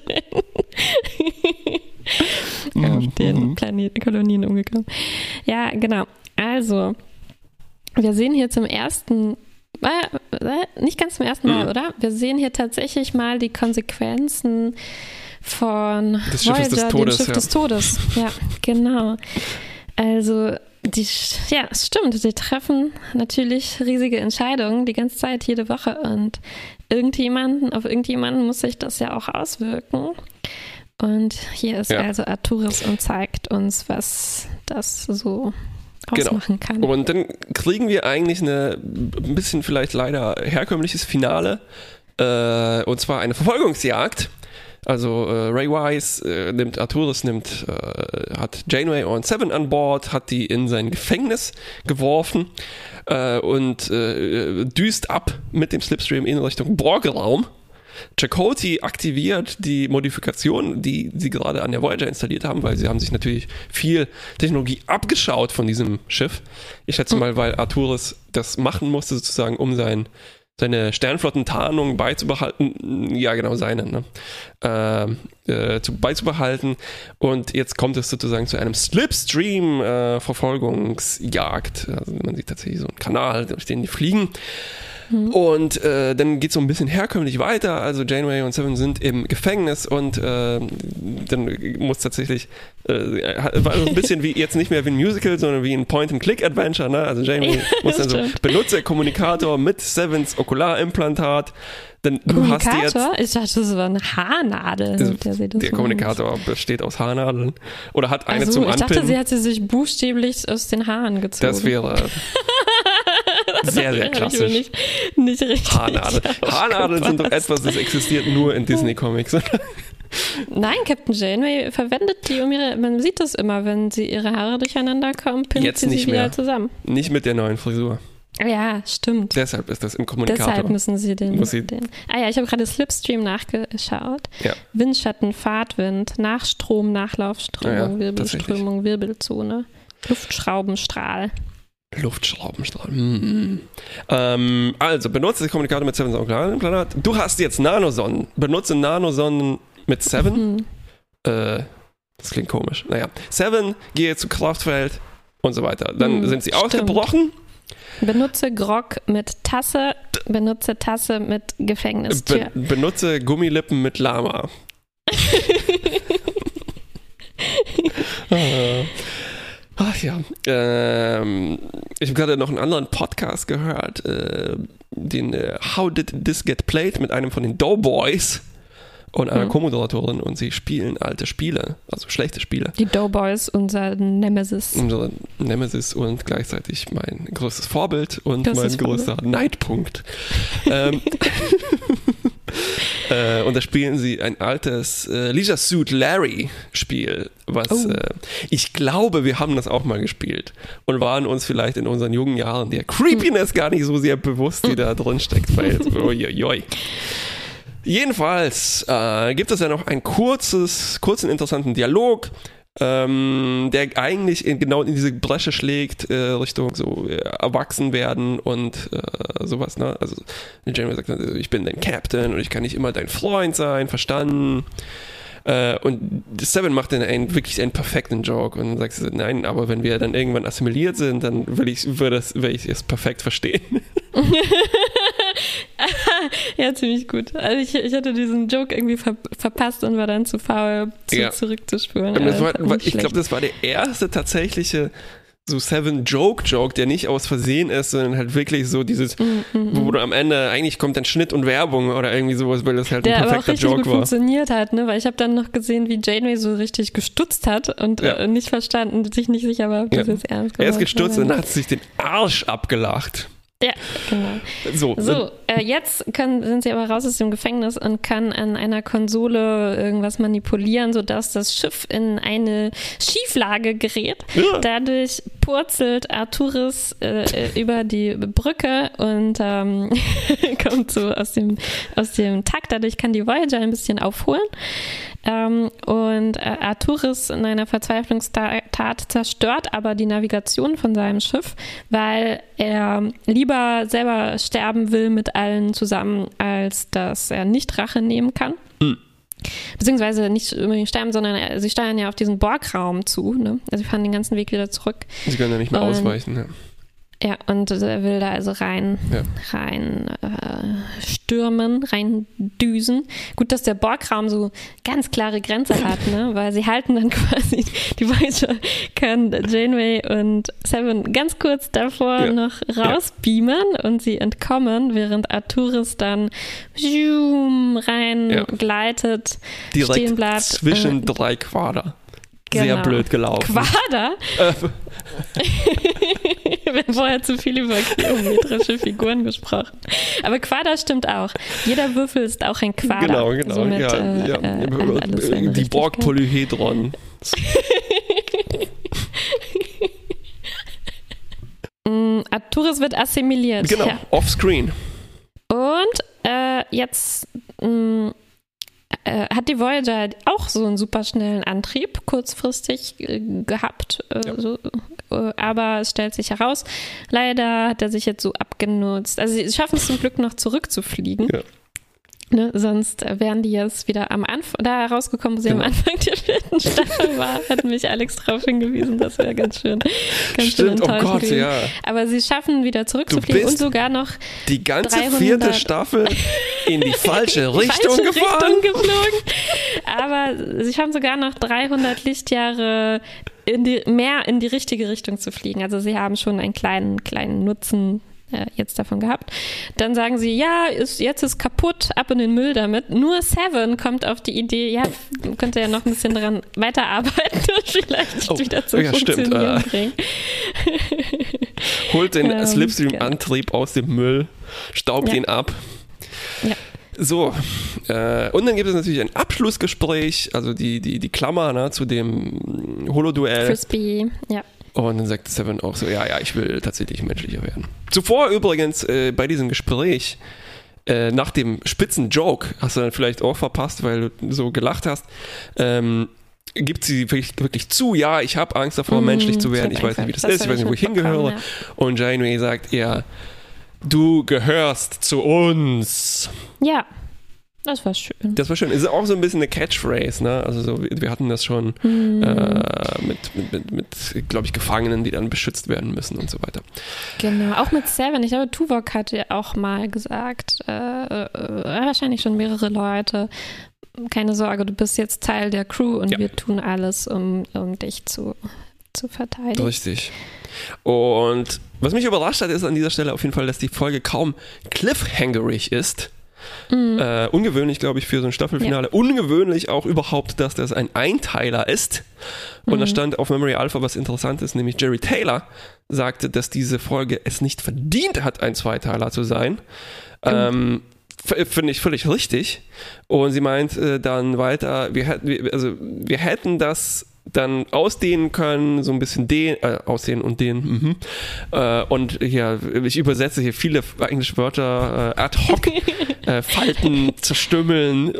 den, auf den Planeten, Kolonien umgekommen. Ja, genau. Also, wir sehen hier zum ersten äh, nicht ganz zum ersten Mal, mhm. oder? Wir sehen hier tatsächlich mal die Konsequenzen von des Schiffes Voyager, des Todes, dem Schiff ja. des Todes. Ja, genau. Also, die, ja, es stimmt, sie treffen natürlich riesige Entscheidungen die ganze Zeit, jede Woche, und irgendjemanden, auf irgendjemanden muss sich das ja auch auswirken. Und hier ist ja. also Arturis und zeigt uns, was das so ausmachen genau. kann. Und dann kriegen wir eigentlich eine, ein bisschen vielleicht leider herkömmliches Finale, äh, und zwar eine Verfolgungsjagd. Also äh, Ray Wise äh, nimmt Arturis, nimmt, äh, hat Janeway und Seven an Bord, hat die in sein Gefängnis geworfen äh, und äh, düst ab mit dem Slipstream in Richtung Borg-Raum. Chakotay aktiviert die Modifikation, die sie gerade an der Voyager installiert haben, weil sie haben sich natürlich viel Technologie abgeschaut von diesem Schiff. Ich schätze mal, weil Arturis das machen musste, sozusagen, um sein seine Sternflottentarnung beizubehalten, ja genau, seine, ne? äh, äh, zu, beizubehalten. Und jetzt kommt es sozusagen zu einem Slipstream-Verfolgungsjagd. Äh, also man sieht tatsächlich so einen Kanal, durch den die fliegen. Mhm. Und äh, dann geht es so ein bisschen herkömmlich weiter. Also Janeway und Seven sind im Gefängnis und äh, dann muss tatsächlich, äh, war so ein bisschen wie jetzt nicht mehr wie ein Musical, sondern wie ein Point-and-Click-Adventure. Ne? Also Janeway ja, muss dann so Benutzerkommunikator mit Sevens Okularimplantat. Denn du hast jetzt, ich dachte, das war eine Haarnadel. Also, der sie das der Kommunikator macht. Besteht aus Haarnadeln. Oder hat eine also, zum ich Anpinnen. Ich dachte, sie hat sie sich buchstäblich aus den Haaren gezogen. Das wäre sehr, sehr klassisch. Nicht, nicht richtig. Haarnadeln. Haarnadeln sind doch etwas, das existiert nur in Disney-Comics. Nein, Captain Janeway verwendet die um ihre, man sieht das immer, wenn sie ihre Haare durcheinander kommen, pinnt Jetzt sie nicht sie wieder mehr. Zusammen. Nicht mit der neuen Frisur. Ja, stimmt. Deshalb ist das im Kommunikator. Deshalb müssen sie den... Muss sie den ah ja, ich habe gerade Slipstream nachgeschaut. Ja. Windschatten, Fahrtwind, Nachstrom, Nachlaufströmung, ja, ja, Wirbelströmung, Wirbelzone, Luftschraubenstrahl. Luftschraubenstrahl. Mm. Ähm, also, benutze den Kommunikator mit Seven Planet. Du hast jetzt Nanosonnen. Benutze Nanosonnen mit Seven. Mhm. Äh, das klingt komisch. Naja. Seven, gehe zu Kraftfeld und so weiter. Dann mhm, sind sie stimmt. ausgebrochen. Benutze Grog mit Tasse. Benutze Tasse mit Gefängnistür. Be- benutze Gummilippen mit Lama. ah. Ach ja, ähm, ich habe gerade noch einen anderen Podcast gehört, äh, den äh, How Did This Get Played mit einem von den Doughboys und einer mhm. Co-Moderatorin, und sie spielen alte Spiele, also schlechte Spiele. Die Doughboys, unser Nemesis. Unser Nemesis und gleichzeitig mein größtes Vorbild und Größtes mein größter Vorbild. Neidpunkt. ähm, Äh, und da spielen sie ein altes äh, Leisure Suit Larry Spiel, was oh. äh, ich glaube, wir haben das auch mal gespielt und waren uns vielleicht in unseren jungen Jahren der Creepiness gar nicht so sehr bewusst, die da drin steckt. Weil, uiuiui. Jedenfalls äh, gibt es ja noch einen kurzes, kurzen interessanten Dialog, ähm, der eigentlich in, genau in diese Bresche schlägt, äh, Richtung so äh, erwachsen werden und äh, sowas, ne? Also Janeway sagt, also, ich bin dein Captain und ich kann nicht immer dein Freund sein, verstanden? Äh, und Seven macht dann einen, wirklich einen perfekten Joke und sagt, nein, aber wenn wir dann irgendwann assimiliert sind, dann will ich, will das, will ich es perfekt verstehen. Ja, ziemlich gut. Also ich, ich hatte diesen Joke irgendwie ver- verpasst und war dann zu faul, zu, ja. zurückzuspulen. Das war, war, ich glaube, das war der erste tatsächliche so Seven-Joke-Joke, der nicht aus Versehen ist, sondern halt wirklich so dieses, mm, mm, wo du am Ende, eigentlich kommt dann Schnitt und Werbung oder irgendwie sowas, weil das halt der ein perfekter Joke war. Der aber auch richtig gut war. funktioniert hat, ne? Weil ich habe dann noch gesehen, wie Janeway so richtig gestutzt hat und ja. äh, nicht verstanden, sich nicht sicher war, ob das ja. jetzt ernst war. Er ist gestutzt und hat sich den Arsch abgelacht. Ja, genau. So, so äh, jetzt können, sind sie aber raus aus dem Gefängnis und kann an einer Konsole irgendwas manipulieren, sodass das Schiff in eine Schieflage gerät. Ja. Dadurch purzelt Arturis äh, über die Brücke und ähm, kommt so aus dem, aus dem Takt. Dadurch kann die Voyager ein bisschen aufholen. Ähm, und äh, Arturis in einer Verzweiflungstat zerstört aber die Navigation von seinem Schiff, weil er lieber selber sterben will mit allen zusammen, als dass er nicht Rache nehmen kann. Hm. Beziehungsweise nicht unbedingt sterben, sondern äh, sie steuern ja auf diesen Borgraum zu. Ne? Also sie fahren den ganzen Weg wieder zurück. Sie können ja nicht mehr und, ausweichen. Ja. Ja, und er will da also rein, ja. rein äh, stürmen, rein düsen. Gut, dass der Borgraum so ganz klare Grenze hat, ne? Weil sie halten dann quasi, die Voyager kann Janeway und Seven ganz kurz davor ja. noch rausbeamen ja. und sie entkommen, während Arturis dann zoom, rein ja. gleitet, direkt stehen bleibt. Zwischen äh, drei Quader. Genau. Sehr blöd gelaufen. Quader? Wir haben vorher zu viel über geometrische Figuren gesprochen. Aber Quader stimmt auch. Jeder Würfel ist auch ein Quader. Genau, genau. Somit, ja, äh, ja. Äh, alles die Borg-Polyhedron. Arturis wird assimiliert. Genau, ja. offscreen. Und äh, jetzt mh, äh, hat die Voyager auch so einen superschnellen Antrieb kurzfristig äh, gehabt. Äh, ja. so, äh, aber es stellt sich heraus, leider hat er sich jetzt so abgenutzt. Also sie schaffen es zum Glück noch zurückzufliegen. Ja. Ne, sonst wären die jetzt wieder am Anfang, da rausgekommen, wo sie genau. am Anfang der vierten Staffel war, hat mich Alex darauf hingewiesen, das wäre ganz schön, ganz schön enttäuschend oh Gott, gewesen. ja. Aber sie schaffen wieder zurückzufliegen und sogar noch die ganze dreihundert vierte Staffel in die falsche Richtung falsche gefahren. Richtung geflogen. Aber sie schaffen sogar noch dreihundert Lichtjahre in die, mehr in die richtige Richtung zu fliegen. Also sie haben schon einen kleinen, kleinen Nutzen jetzt davon gehabt. Dann sagen sie, ja, ist, jetzt ist kaputt, ab in den Müll damit. Nur Seven kommt auf die Idee, ja, man könnte ja noch ein bisschen daran weiterarbeiten und vielleicht oh, wieder zum ja, Funktionieren stimmt. bringen. Holt den ähm, Slipstream-Antrieb genau. aus dem Müll, staubt ja. ihn ab. Ja. So, äh, und dann gibt es natürlich ein Abschlussgespräch, also die, die, die Klammer ne, zu dem Holoduell. Frisbee, ja. Und dann sagt Seven auch so, ja, ja, ich will tatsächlich menschlicher werden. Zuvor übrigens äh, bei diesem Gespräch, äh, nach dem spitzen Joke, hast du dann vielleicht auch verpasst, weil du so gelacht hast, ähm, gibt sie wirklich, wirklich zu, ja, ich habe Angst davor, mm, menschlich zu werden, ich weiß nicht, wie das, das ist, ich weiß nicht, wo ich hingehöre. Ja. Und Janeway sagt, ja, du gehörst zu uns. Ja. Das war schön. Das war schön. Ist auch so ein bisschen eine Catchphrase, ne? Also so, wir hatten das schon mm. äh, mit, mit, mit, mit glaube ich, Gefangenen, die dann beschützt werden müssen und so weiter. Genau, auch mit Seven. Ich glaube, Tuvok hatte ja auch mal gesagt, äh, äh, wahrscheinlich schon mehrere Leute, keine Sorge, du bist jetzt Teil der Crew und ja. wir tun alles, um, um dich zu, zu verteidigen. Richtig. Und was mich überrascht hat, ist an dieser Stelle auf jeden Fall, dass die Folge kaum cliffhangerig ist. Mhm. Äh, ungewöhnlich, glaube ich, für so ein Staffelfinale. Ja. Ungewöhnlich auch überhaupt, dass das ein Einteiler ist. Und mhm. da stand auf Memory Alpha was Interessantes, nämlich Jerry Taylor sagte, dass diese Folge es nicht verdient hat, ein Zweiteiler zu sein. Mhm. Ähm, Finde ich völlig richtig. Und sie meint äh, dann weiter, wir, hätten, also, wir hätten das dann ausdehnen können, so ein bisschen den, äh, aussehen und den, mhm. äh, und hier, ich übersetze hier viele englische Wörter, äh, ad hoc, äh, falten, zerstümmeln.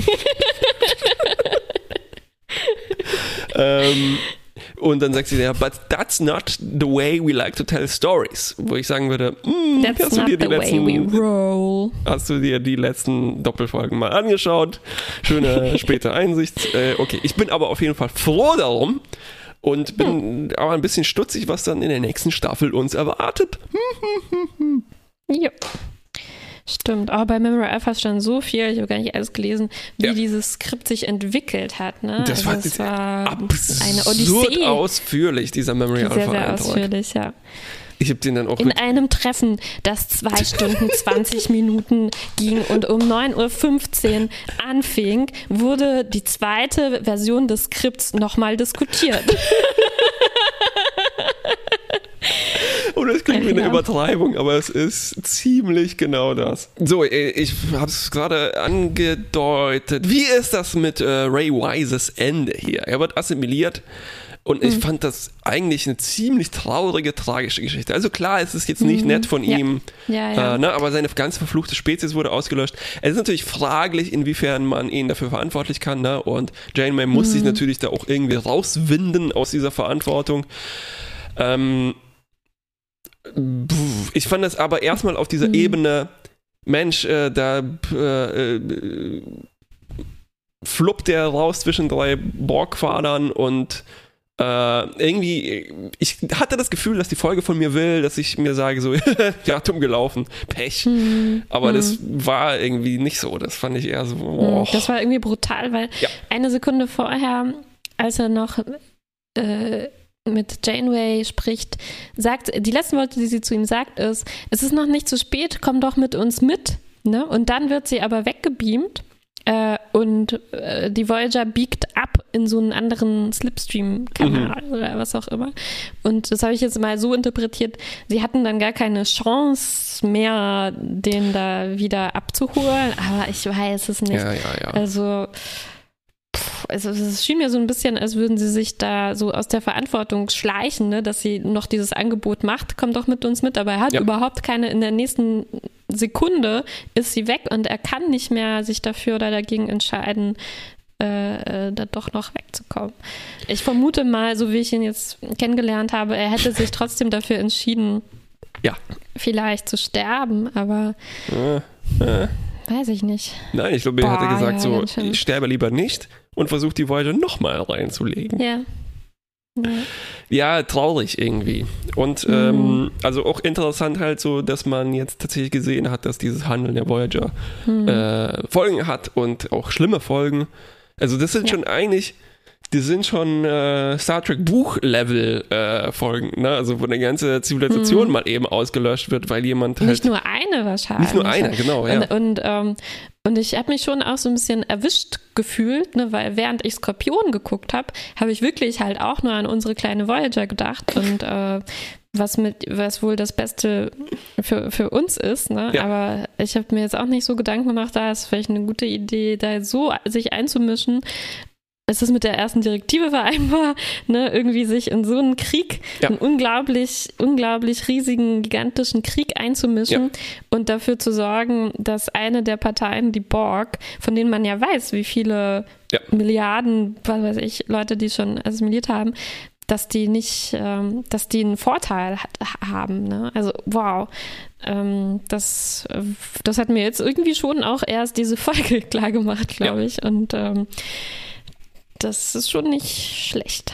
ähm, und dann sagt sie ja, but that's not the way we like to tell stories. Wo ich sagen würde, mm, that's hast, du not dir die the letzten, way we roll. hast du dir die letzten Doppelfolgen mal angeschaut? Schöne späte Einsicht. Äh, okay, ich bin aber auf jeden Fall froh darum und bin hm. aber ein bisschen stutzig, was dann in der nächsten Staffel uns erwartet. Ja. Stimmt, aber bei Memory Alpha stand so viel, ich habe gar nicht alles gelesen, wie ja. dieses Skript sich entwickelt hat. Ne? Das also war, das war eine Odyssee. ausführlich, dieser Memory Alpha Sehr, sehr Eintrag. ausführlich, ja. Ich habe den dann auch in einem Treffen, das zwei Stunden zwanzig Minuten ging und um neun Uhr fünfzehn anfing, wurde die zweite Version des Skripts nochmal diskutiert. Und es klingt wie eine Übertreibung, aber es ist ziemlich genau das. So, ich habe es gerade angedeutet. Wie ist das mit äh, Ray Wises Ende hier? Er wird assimiliert und ich hm. fand das eigentlich eine ziemlich traurige, tragische Geschichte. Also klar, es ist jetzt nicht hm. nett von ja. ihm, ja, ja. Äh, ne, aber seine ganz verfluchte Spezies wurde ausgelöscht. Es ist natürlich fraglich, inwiefern man ihn dafür verantwortlich kann. Ne? Und Janeway muss hm. sich natürlich da auch irgendwie rauswinden aus dieser Verantwortung. Ähm, Ich fand das aber erstmal auf dieser mhm. Ebene, Mensch, äh, da äh, äh, fluppt der raus zwischen drei Borgquadern und Äh, irgendwie, ich hatte das Gefühl, dass die Folge von mir will, dass ich mir sage so, ja, dumm gelaufen, Pech. Hm. Aber hm. das war irgendwie nicht so. Das fand ich eher so, oh. Das war irgendwie brutal, weil ja. eine Sekunde vorher, als er noch äh, mit Janeway spricht, sagt, die letzten Worte, die sie zu ihm sagt, ist, es ist noch nicht zu spät, komm doch mit uns mit. Ne? Und dann wird sie aber weggebeamt. Äh, und äh, die Voyager biegt ab in so einen anderen Slipstream-Kanal mhm. oder was auch immer. Und das habe ich jetzt mal so interpretiert, sie hatten dann gar keine Chance mehr, den da wieder abzuholen. Aber ich weiß es nicht. Ja, ja, ja. Also, pff, also es schien mir so ein bisschen, als würden sie sich da so aus der Verantwortung schleichen, ne? Dass sie noch dieses Angebot macht, komm doch mit uns mit. Aber er hat ja. überhaupt keine, in der nächsten Sekunde ist sie weg und er kann nicht mehr sich dafür oder dagegen entscheiden, äh, da doch noch wegzukommen. Ich vermute mal, so wie ich ihn jetzt kennengelernt habe, er hätte sich trotzdem dafür entschieden, ja. vielleicht zu sterben, aber äh, äh. weiß ich nicht. Nein, ich glaube, er Boah, hatte gesagt ja, so, ich sterbe lieber nicht und versucht die Voyager nochmal reinzulegen. Ja. Ja. Ja, traurig irgendwie. Und mhm. ähm, also auch interessant halt so, dass man jetzt tatsächlich gesehen hat, dass dieses Handeln der Voyager mhm. äh, Folgen hat und auch schlimme Folgen. Also das sind ja. schon eigentlich, die sind schon äh, Star Trek Buch-Level äh, Folgen, ne? Also wo eine ganze Zivilisation mhm. mal eben ausgelöscht wird, weil jemand halt... Nicht nur eine wahrscheinlich. Nicht nur eine, genau, ja. Und, und, ähm, und ich habe mich schon auch so ein bisschen erwischt gefühlt, ne? Weil während ich Skorpion geguckt habe, habe ich wirklich halt auch nur an unsere kleine Voyager gedacht und äh, was mit, was wohl das Beste für, für uns ist, ne? Ja. Aber ich habe mir jetzt auch nicht so Gedanken gemacht, da ist vielleicht eine gute Idee, da so sich einzumischen. Es ist mit der ersten Direktive vereinbar, ne, irgendwie sich in so einen Krieg, ja. einen unglaublich, unglaublich riesigen, gigantischen Krieg einzumischen ja. und dafür zu sorgen, dass eine der Parteien, die Borg, von denen man ja weiß, wie viele ja. Milliarden, was weiß ich, Leute, die schon assimiliert haben, dass die nicht, ähm, dass die einen Vorteil hat, haben, ne? Also wow, ähm, das, das hat mir jetzt irgendwie schon auch erst diese Folge klar gemacht, glaube ja. ich, und ähm, das ist schon nicht schlecht.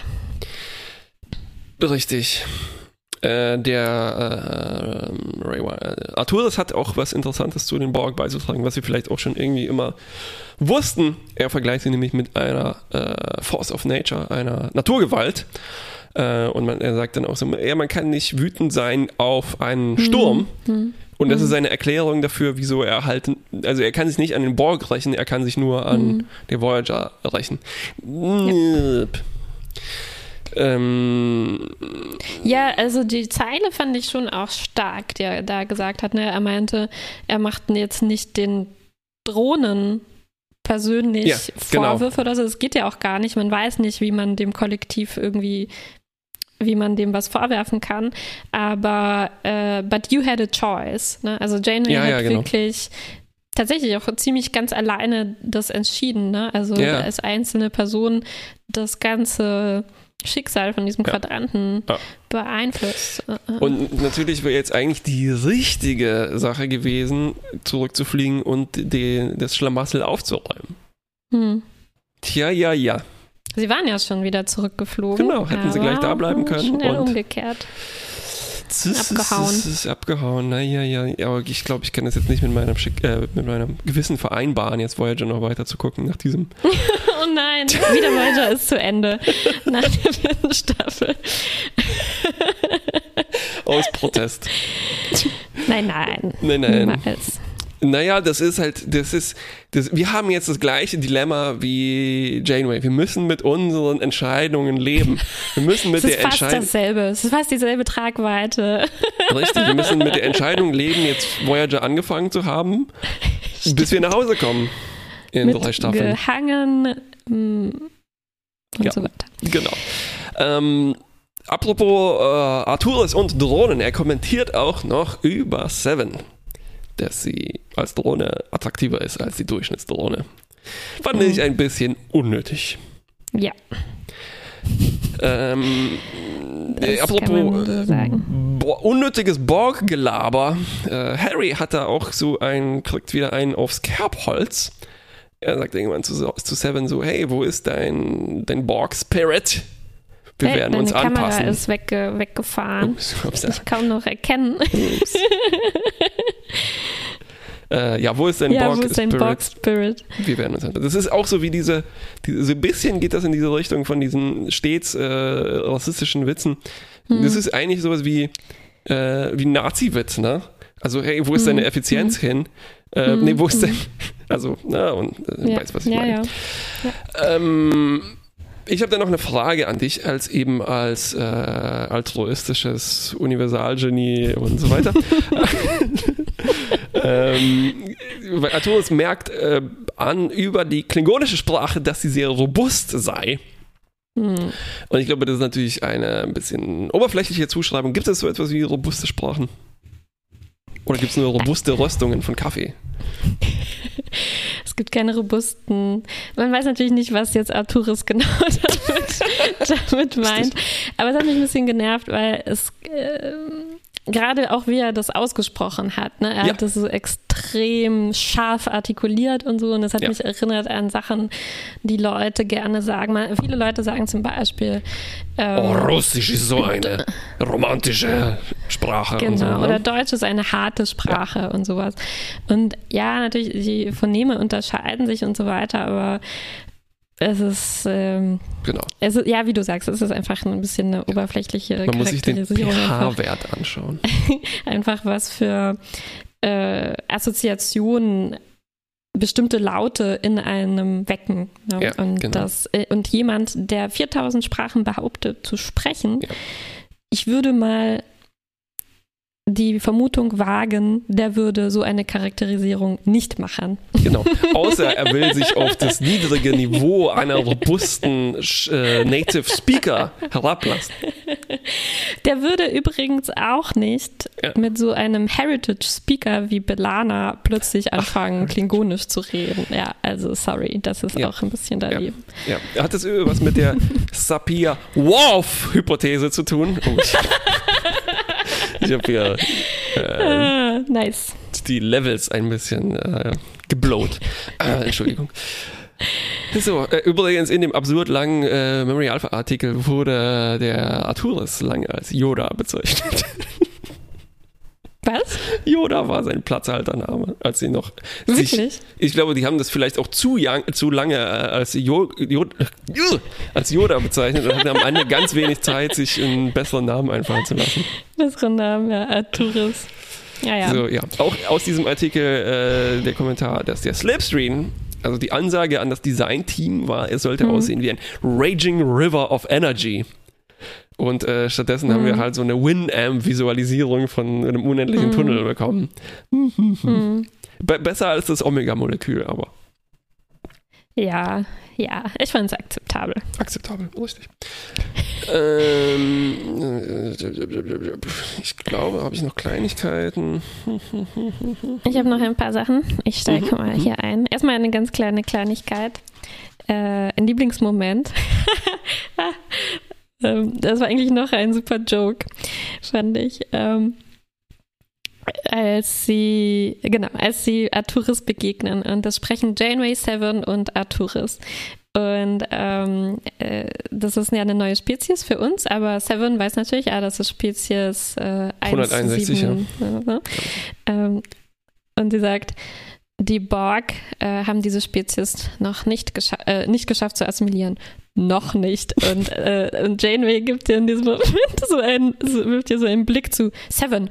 Richtig. Äh, der äh, Ray, äh, Arturis hat auch was Interessantes zu den Borg beizutragen, was wir vielleicht auch schon irgendwie immer wussten. Er vergleicht sie nämlich mit einer äh, Force of Nature, einer Naturgewalt. Äh, und man, er sagt dann auch so, ja, man kann nicht wütend sein auf einen Sturm. Mhm. Und das mhm. ist seine Erklärung dafür, wieso er halt, also er kann sich nicht an den Borg rächen, er kann sich nur an mhm. der Voyager rächen. Ja. Ähm, ja, also die Zeile fand ich schon auch stark, die er da gesagt hat. Ne? Er meinte, er macht jetzt nicht den Drohnen persönlich ja, Vorwürfe genau. oder so. Es geht ja auch gar nicht. Man weiß nicht, wie man dem Kollektiv irgendwie wie man dem was vorwerfen kann, aber uh, but you had a choice. Ne? Also Janeway ja, hat ja, genau. wirklich tatsächlich auch ziemlich ganz alleine das entschieden. Ne? Also ja. als einzelne Person das ganze Schicksal von diesem Quadranten ja. beeinflusst. Und natürlich wäre jetzt eigentlich die richtige Sache gewesen, zurückzufliegen und die, das Schlamassel aufzuräumen. Hm. Tja, ja, ja. Sie waren ja schon wieder zurückgeflogen. Genau, hätten sie gleich da bleiben können. Schnell und umgekehrt. Es ist abgehauen. Es ist abgehauen. Naja, ja, aber ich glaube, ich kann das jetzt nicht mit meinem, Schick, äh, mit meinem Gewissen vereinbaren, jetzt Voyager noch weiter zu gucken nach diesem. Oh nein, wieder Voyager ist zu Ende. Nach der vierten Staffel. Aus Protest. Nein, nein. Nein, nein. Niemals. Naja, das ist halt, das ist, das, wir haben jetzt das gleiche Dilemma wie Janeway. Wir müssen mit unseren Entscheidungen leben. Wir müssen mit der Entscheidung. Es ist fast dasselbe. Es ist fast dieselbe Tragweite. Richtig, wir müssen mit der Entscheidung leben, jetzt Voyager angefangen zu haben, Stimmt. bis wir nach Hause kommen. In mit drei Staffeln. Gehangen und ja, so weiter. Genau. Ähm, apropos äh, Arturis und Drohnen, er kommentiert auch noch über Seven, dass sie als Drohne attraktiver ist als die Durchschnittsdrohne. Fand mhm. ich ein bisschen unnötig. Ja. Ähm, das apropos kann man so sagen. Bo- unnötiges Borg-Gelaber. Äh, Harry hat da auch so ein, kriegt wieder einen aufs Kerbholz. Er sagt irgendwann zu, zu Seven so, hey, wo ist dein, dein Borg-Spirit? Wir hey, werden uns deine Kamera anpassen. ist wegge- weggefahren. Ups, ups, Ich kann noch erkennen. ups. äh, ja, wo ist dein ja, Borg wo ist dein Spirit? Borg Spirit? Wir werden uns anpassen. Das ist auch so wie diese, diese, so ein bisschen geht das in diese Richtung von diesen stets äh, rassistischen Witzen. Hm. Das ist eigentlich sowas wie, äh, wie Nazi-Witz, ne? Also, hey, wo ist deine Effizienz hm. hin? Äh, hm. Nee, wo ist hm. denn, also, na, und äh, Ja. weiß, was ich ja, meine. ja. ja. Ähm, ich habe da noch eine Frage an dich, als eben als äh, altruistisches Universalgenie und so weiter. ähm, weil Arturus merkt äh, an über die klingonische Sprache, dass sie sehr robust sei. Hm. Und ich glaube, das ist natürlich eine ein bisschen oberflächliche Zuschreibung. Gibt es so etwas wie robuste Sprachen? Oder gibt es nur robuste Röstungen von Kaffee? Es gibt keine robusten. Man weiß natürlich nicht, was jetzt Arturus genau damit, damit meint. Aber es hat mich ein bisschen genervt, weil es äh, gerade auch wie er das ausgesprochen hat. Ne? Er Ja. hat das so extrem scharf artikuliert und so. Und das hat Ja. mich erinnert an Sachen, die Leute gerne sagen. Man, viele Leute sagen zum Beispiel. Ähm, Oh, Russisch ist so eine romantische Sprache. Genau, und so, ne? oder Deutsch ist eine harte Sprache ja. und sowas. Und ja, natürlich, die Phoneme unterscheiden sich und so weiter, aber es ist, ähm, genau. es ist, ja, wie du sagst, es ist einfach ein bisschen eine oberflächliche Man muss sich den Charakterisierung. Einfach, pH-Wert anschauen. einfach was für äh, Assoziationen bestimmte Laute in einem wecken. Ne? Ja, und, genau. das, äh, und jemand, der viertausend Sprachen behauptet zu sprechen, Ja. ich würde mal die Vermutung wagen, der würde so eine Charakterisierung nicht machen. Genau. Außer er will sich auf das niedrige Niveau einer robusten äh, Native Speaker herablassen. Der würde übrigens auch nicht Ja. mit so einem Heritage Speaker wie B'Elanna plötzlich anfangen, Ach, klingonisch zu reden. Ja, also sorry, das ist Ja. auch ein bisschen daneben. Ja. Hat das was mit der Sapir-Whorf-Hypothese zu tun? Oh, ich ich habe hier äh, Ah, nice. die Levels ein bisschen äh, geblowt. Äh, Entschuldigung. So, äh, übrigens in dem absurd langen äh, Memory Alpha Artikel wurde der Arturus lange als Yoda bezeichnet. Was? Yoda war sein Platzhaltername, als sie noch sich, Wirklich? ich glaube, die haben das vielleicht auch zu, young, zu lange äh, als, jo, jo, äh, als Yoda bezeichnet und hatten am Ende ganz wenig Zeit, sich einen besseren Namen einfallen zu lassen. Besseren Namen, ja, Arturus. Ja, ja. So, ja. Auch aus diesem Artikel äh, der Kommentar, dass der Slipstream, also die Ansage an das Design-Team war, es sollte Mhm. aussehen wie ein Raging River of Energy. Und äh, stattdessen Mhm. haben wir halt so eine Winamp-Visualisierung von einem unendlichen Mhm. Tunnel bekommen. Mhm. Be- besser als das Omega-Molekül, aber Ja, ja, ich fand es akzeptabel. akzeptabel, richtig. ähm, ich glaube, habe ich noch Kleinigkeiten? Ich habe noch ein paar Sachen. Ich steige Mhm, mal mhm. hier ein. Erstmal eine ganz kleine Kleinigkeit. Äh, ein Lieblingsmoment. ähm, das war eigentlich noch ein super Joke, fand ich. Ähm, als sie, genau, als sie Arturus begegnen und das sprechen Janeway, Seven und Arturus. Und ähm, äh, das ist ja eine neue Spezies für uns, aber Seven weiß natürlich, ah, das ist Spezies äh, hunderteinundsechzig, sieben, ja. Ähm, und sie sagt, die Borg äh, haben diese Spezies noch nicht, gescha äh, nicht geschafft zu assimilieren. Noch nicht. Und, äh, und Janeway gibt dir in diesem Moment so einen, so, wirft dir so einen Blick zu Seven.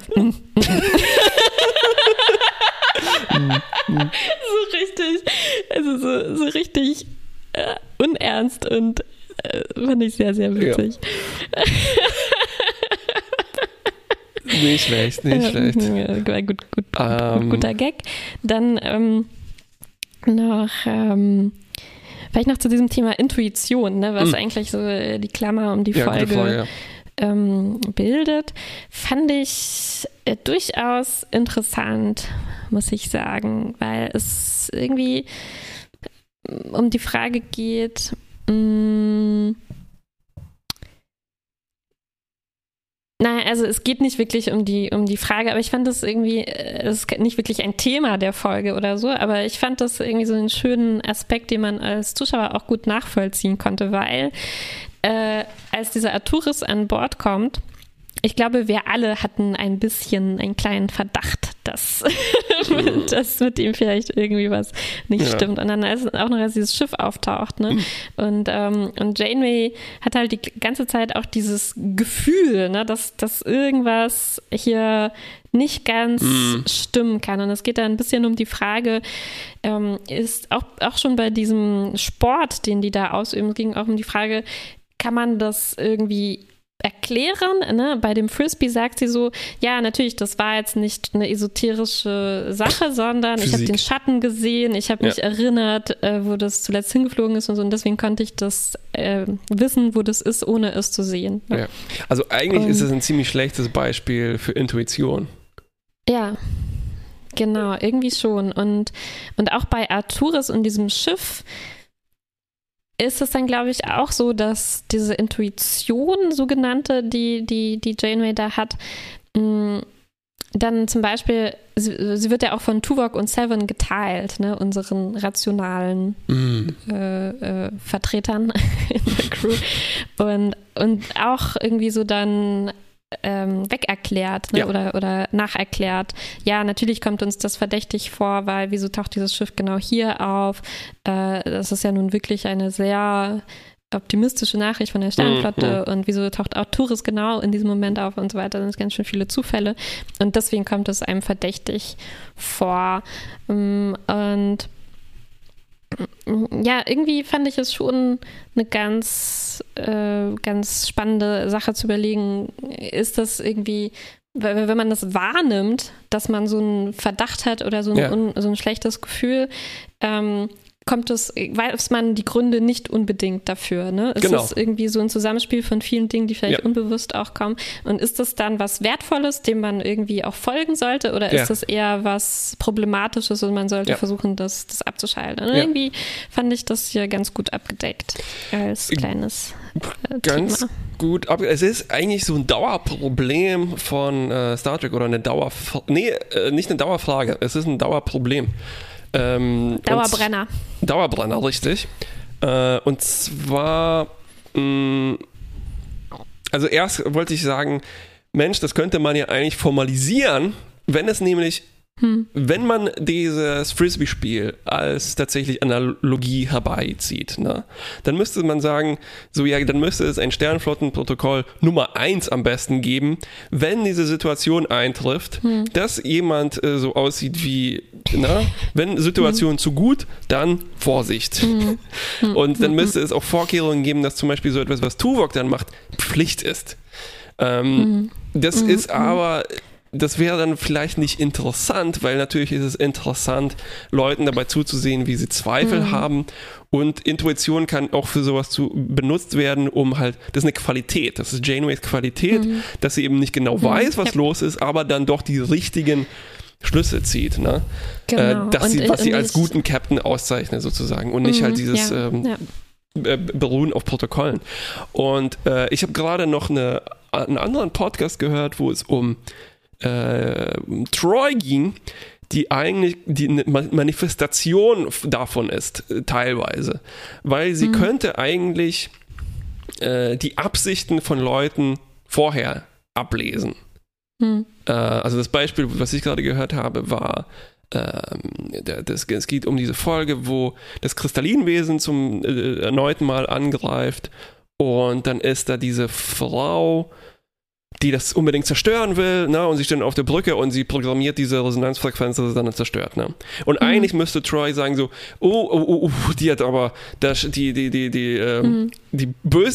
So richtig, also so, so richtig äh, unernst und äh, fand ich sehr, sehr witzig. Nicht schlecht, nicht schlecht. Ja, gut, gut, gut, Ähm. guter Gag. Dann ähm, noch ähm, vielleicht noch zu diesem Thema Intuition, ne, was Mm. eigentlich so äh, die Klammer um die Ja, gute Folge Frage, ja. ähm, bildet, fand ich äh, durchaus interessant, muss ich sagen, weil es irgendwie um die Frage geht, mh, Nein, also es geht nicht wirklich um die, um die Frage, aber ich fand das irgendwie, es ist nicht wirklich ein Thema der Folge oder so, aber ich fand das irgendwie so einen schönen Aspekt, den man als Zuschauer auch gut nachvollziehen konnte, weil äh, als dieser Arturis an Bord kommt, ich glaube, wir alle hatten ein bisschen einen kleinen Verdacht, dass, dass mit ihm vielleicht irgendwie was nicht ja. stimmt. Und dann ist auch noch, als dieses Schiff auftaucht, ne? Und, ähm, und Janeway hat halt die ganze Zeit auch dieses Gefühl, ne, dass, dass irgendwas hier nicht ganz mm. stimmen kann. Und es geht da ein bisschen um die Frage, ähm, ist auch, auch schon bei diesem Sport, den die da ausüben, ging auch um die Frage, kann man das irgendwie erklären, ne? Bei dem Frisbee sagt sie so, ja, natürlich, das war jetzt nicht eine esoterische Sache, sondern Physik. Ich habe den Schatten gesehen, ich habe mich ja. erinnert, äh, wo das zuletzt hingeflogen ist und so, und deswegen konnte ich das äh, wissen, wo das ist, ohne es zu sehen. Ne? Ja. Also eigentlich und, ist es ein ziemlich schlechtes Beispiel für Intuition. Ja, genau, irgendwie schon. Und, und auch bei Arturis und diesem Schiff ist es dann, glaube ich, auch so, dass diese Intuition, sogenannte, die, die, die Janeway da hat, mh, dann zum Beispiel, sie, sie wird ja auch von Tuvok und Seven geteilt, ne, unseren rationalen mm. äh, äh, Vertretern in der Crew. Und, und auch irgendwie so dann Ähm, wegerklärt, ne? ja. oder, oder nacherklärt. Ja, natürlich kommt uns das verdächtig vor, weil wieso taucht dieses Schiff genau hier auf? Äh, das ist ja nun wirklich eine sehr optimistische Nachricht von der Sternenflotte mhm. und wieso taucht Arturis genau in diesem Moment auf und so weiter. Das sind ganz schön viele Zufälle und deswegen kommt es einem verdächtig vor. Und ja, irgendwie fand ich es schon eine ganz, äh, ganz spannende Sache zu überlegen, ist das irgendwie, wenn man das wahrnimmt, dass man so einen Verdacht hat oder so ein, ja. un, so ein schlechtes Gefühl, ähm, kommt es, weiß man die Gründe nicht unbedingt dafür, ne? Es genau. ist irgendwie so ein Zusammenspiel von vielen Dingen, die vielleicht ja. unbewusst auch kommen. Und ist das dann was Wertvolles, dem man irgendwie auch folgen sollte, oder ja. ist das eher was Problematisches und man sollte ja. versuchen, das, das abzuschalten? Und ja. irgendwie fand ich das hier ganz gut abgedeckt als kleines äh, ganz Thema. Gut, aber es ist eigentlich so ein Dauerproblem von äh, Star Trek oder eine Dauer, nee, äh, nicht eine Dauerfrage, es ist ein Dauerproblem. Ähm, Dauerbrenner. Und, Dauerbrenner, richtig. Äh, und zwar, mh, also erst wollte ich sagen, Mensch, das könnte man ja eigentlich formalisieren, wenn es nämlich, hm. wenn man dieses Frisbee-Spiel als tatsächlich Analogie herbeizieht, ne, dann müsste man sagen, so ja, dann müsste es ein Sternflottenprotokoll Nummer eins am besten geben, wenn diese Situation eintrifft, hm. dass jemand äh, so aussieht wie, na, wenn Situation hm. zu gut, dann Vorsicht. Hm. Hm. Und dann müsste es auch Vorkehrungen geben, dass zum Beispiel so etwas, was Tuvok dann macht, Pflicht ist. Ähm, hm. Das hm. ist aber... Das wäre dann vielleicht nicht interessant, weil natürlich ist es interessant, Leuten dabei zuzusehen, wie sie Zweifel mhm. haben. Und Intuition kann auch für sowas zu, benutzt werden, um halt, das ist eine Qualität, das ist Janeways Qualität, mhm. dass sie eben nicht genau mhm. weiß, was ja. los ist, aber dann doch die richtigen Schlüsse zieht, ne? Genau. Äh, dass sie, und, was sie und als guten Captain auszeichnet sozusagen und nicht mhm. halt dieses ja. Ähm, Ja. beruhen auf Protokollen. Und äh, ich habe gerade noch eine, einen anderen Podcast gehört, wo es um Äh, Troi ging, die eigentlich die eine Manifestation davon ist, äh, teilweise. Weil sie mhm. könnte eigentlich äh, die Absichten von Leuten vorher ablesen. Mhm. Äh, also das Beispiel, was ich gerade gehört habe, war ähm, das, es geht um diese Folge, wo das Kristallinwesen zum äh, erneuten Mal angreift und dann ist da diese Frau, die das unbedingt zerstören will, ne? Und sie steht auf der Brücke und sie programmiert diese Resonanzfrequenz, dass es dann zerstört, ne? Und mhm. eigentlich müsste Troi sagen so, oh, oh, oh, oh die hat aber das, die, die, die, die, ähm, mhm. die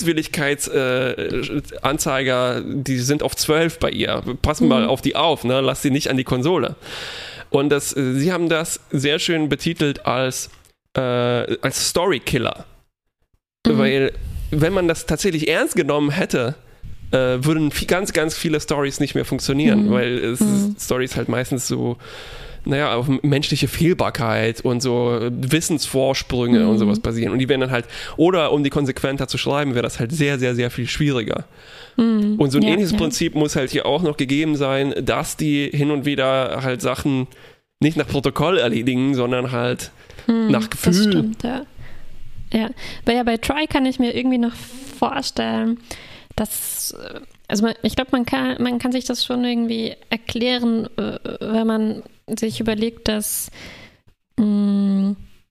Böswilligkeitsanzeiger, äh, die sind auf zwölf bei ihr. Passen mhm. mal auf die auf, ne? Lass sie nicht an die Konsole. Und das, äh, sie haben das sehr schön betitelt als, äh, als Story-Killer. Mhm. Weil, wenn man das tatsächlich ernst genommen hätte, Äh, würden viel, ganz, ganz viele Storys nicht mehr funktionieren, mhm. weil es mhm. Storys halt meistens so naja, auf menschliche Fehlbarkeit und so Wissensvorsprünge mhm. und sowas basieren. Und die werden dann halt, oder um die konsequenter zu schreiben, wäre das halt sehr, sehr, sehr viel schwieriger. Mhm. Und so ein ja, ähnliches ja. Prinzip muss halt hier auch noch gegeben sein, dass die hin und wieder halt Sachen nicht nach Protokoll erledigen, sondern halt mhm, nach Gefühl. Das stimmt, ja. Ja, aber ja, bei Troy kann ich mir irgendwie noch vorstellen, dass, also man, ich glaube, man kann, man kann sich das schon irgendwie erklären, wenn man sich überlegt, dass mh,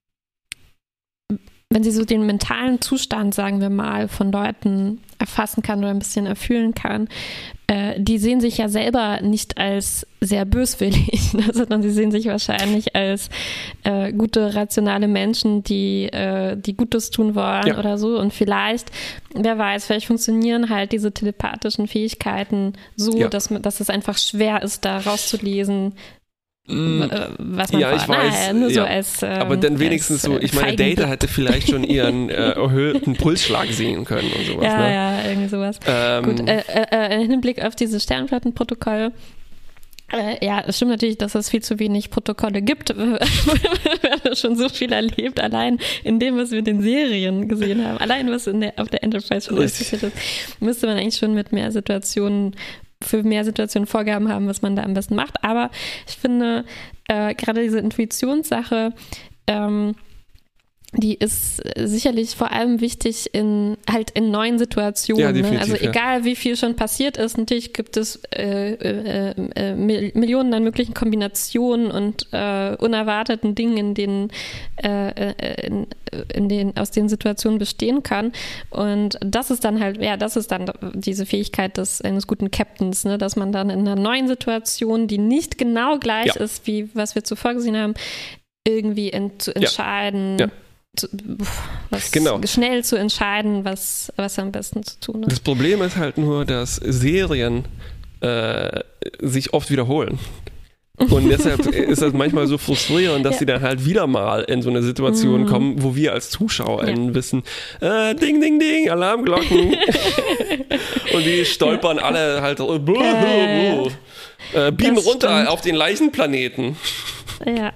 wenn sie so den mentalen Zustand, sagen wir mal, von Leuten erfassen kann oder ein bisschen erfüllen kann, äh, die sehen sich ja selber nicht als sehr böswillig, ne, sondern sie sehen sich wahrscheinlich als äh, gute, rationale Menschen, die, äh, die Gutes tun wollen ja. oder so. Und vielleicht, wer weiß, vielleicht funktionieren halt diese telepathischen Fähigkeiten so, ja. dass, dass es einfach schwer ist, da rauszulesen, was man ja, ich weiß, naja, nur so ja. als, ähm, aber dann wenigstens als, so, ich meine, Data hätte vielleicht schon ihren äh, erhöhten Pulsschlag sehen können und sowas. Ja, ne? ja, irgendwie sowas. Ähm, Gut, äh, äh, im Hinblick auf diese Sternflottenprotokolle, äh, ja, es stimmt natürlich, dass es viel zu wenig Protokolle gibt. Wir haben schon so viel erlebt, allein in dem, was wir in den Serien gesehen haben, allein was in der, auf der Enterprise schon passiert ist, müsste man eigentlich schon mit mehr Situationen für mehr Situationen Vorgaben haben, was man da am besten macht. Aber ich finde, äh, gerade diese Intuitionssache, ähm, die ist sicherlich vor allem wichtig in halt in neuen Situationen. Ja, ne? Also ja. egal, wie viel schon passiert ist, natürlich gibt es äh, äh, äh, Millionen an möglichen Kombinationen und äh, unerwarteten Dingen, in denen, äh, in, in denen aus den Situationen bestehen kann. Und das ist dann halt, ja, das ist dann diese Fähigkeit des eines guten Captains, ne? Dass man dann in einer neuen Situation, die nicht genau gleich ja. ist, wie was wir zuvor gesehen haben, irgendwie in, zu entscheiden. Ja. Ja. Was genau. schnell zu entscheiden, was, was am besten zu tun ist. Das Problem ist halt nur, dass Serien äh, sich oft wiederholen. Und deshalb ist das manchmal so frustrierend, dass ja. sie dann halt wieder mal in so eine Situation mhm. kommen, wo wir als ZuschauerInnen ja. wissen, äh, ding, ding, ding, Alarmglocken. Und die stolpern ja. alle halt äh, buh, buh, buh. Äh, beamen runter stimmt. auf den Leichenplaneten. Ja. Ja.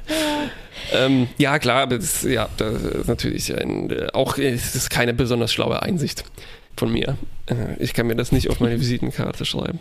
Ähm, ja, klar, aber das, ja, das ist natürlich ein, auch das ist keine besonders schlaue Einsicht von mir. Ich kann mir das nicht auf meine Visitenkarte schreiben.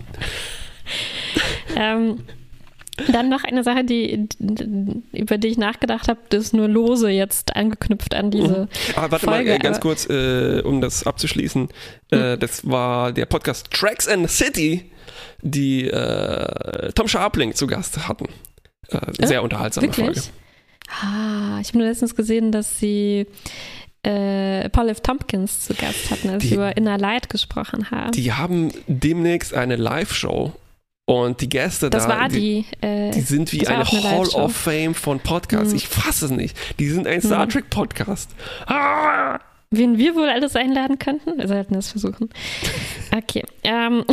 Ähm, dann noch eine Sache, die, über die ich nachgedacht habe, das ist nur lose jetzt angeknüpft an diese mhm. Aber warte Folge, mal, äh, ganz aber kurz, äh, um das abzuschließen. Mhm. Äh, das war der Podcast Tracks and the City, die äh, Tom Scharpling zu Gast hatten. Äh, sehr äh, unterhaltsame wirklich? Folge. Ah, ich habe nur letztens gesehen, dass sie äh, Paul F. Tompkins zu Gast hatten, als die, sie über Inner Light gesprochen haben. Die haben demnächst eine Live-Show und die Gäste das da, war die, die, äh, die sind wie eine, eine Hall of Fame von Podcasts. Mhm. Ich fasse es nicht. Die sind ein Star Trek Podcast. Ah! Wen wir wohl alles einladen könnten? Wir sollten das versuchen. Okay. Ähm,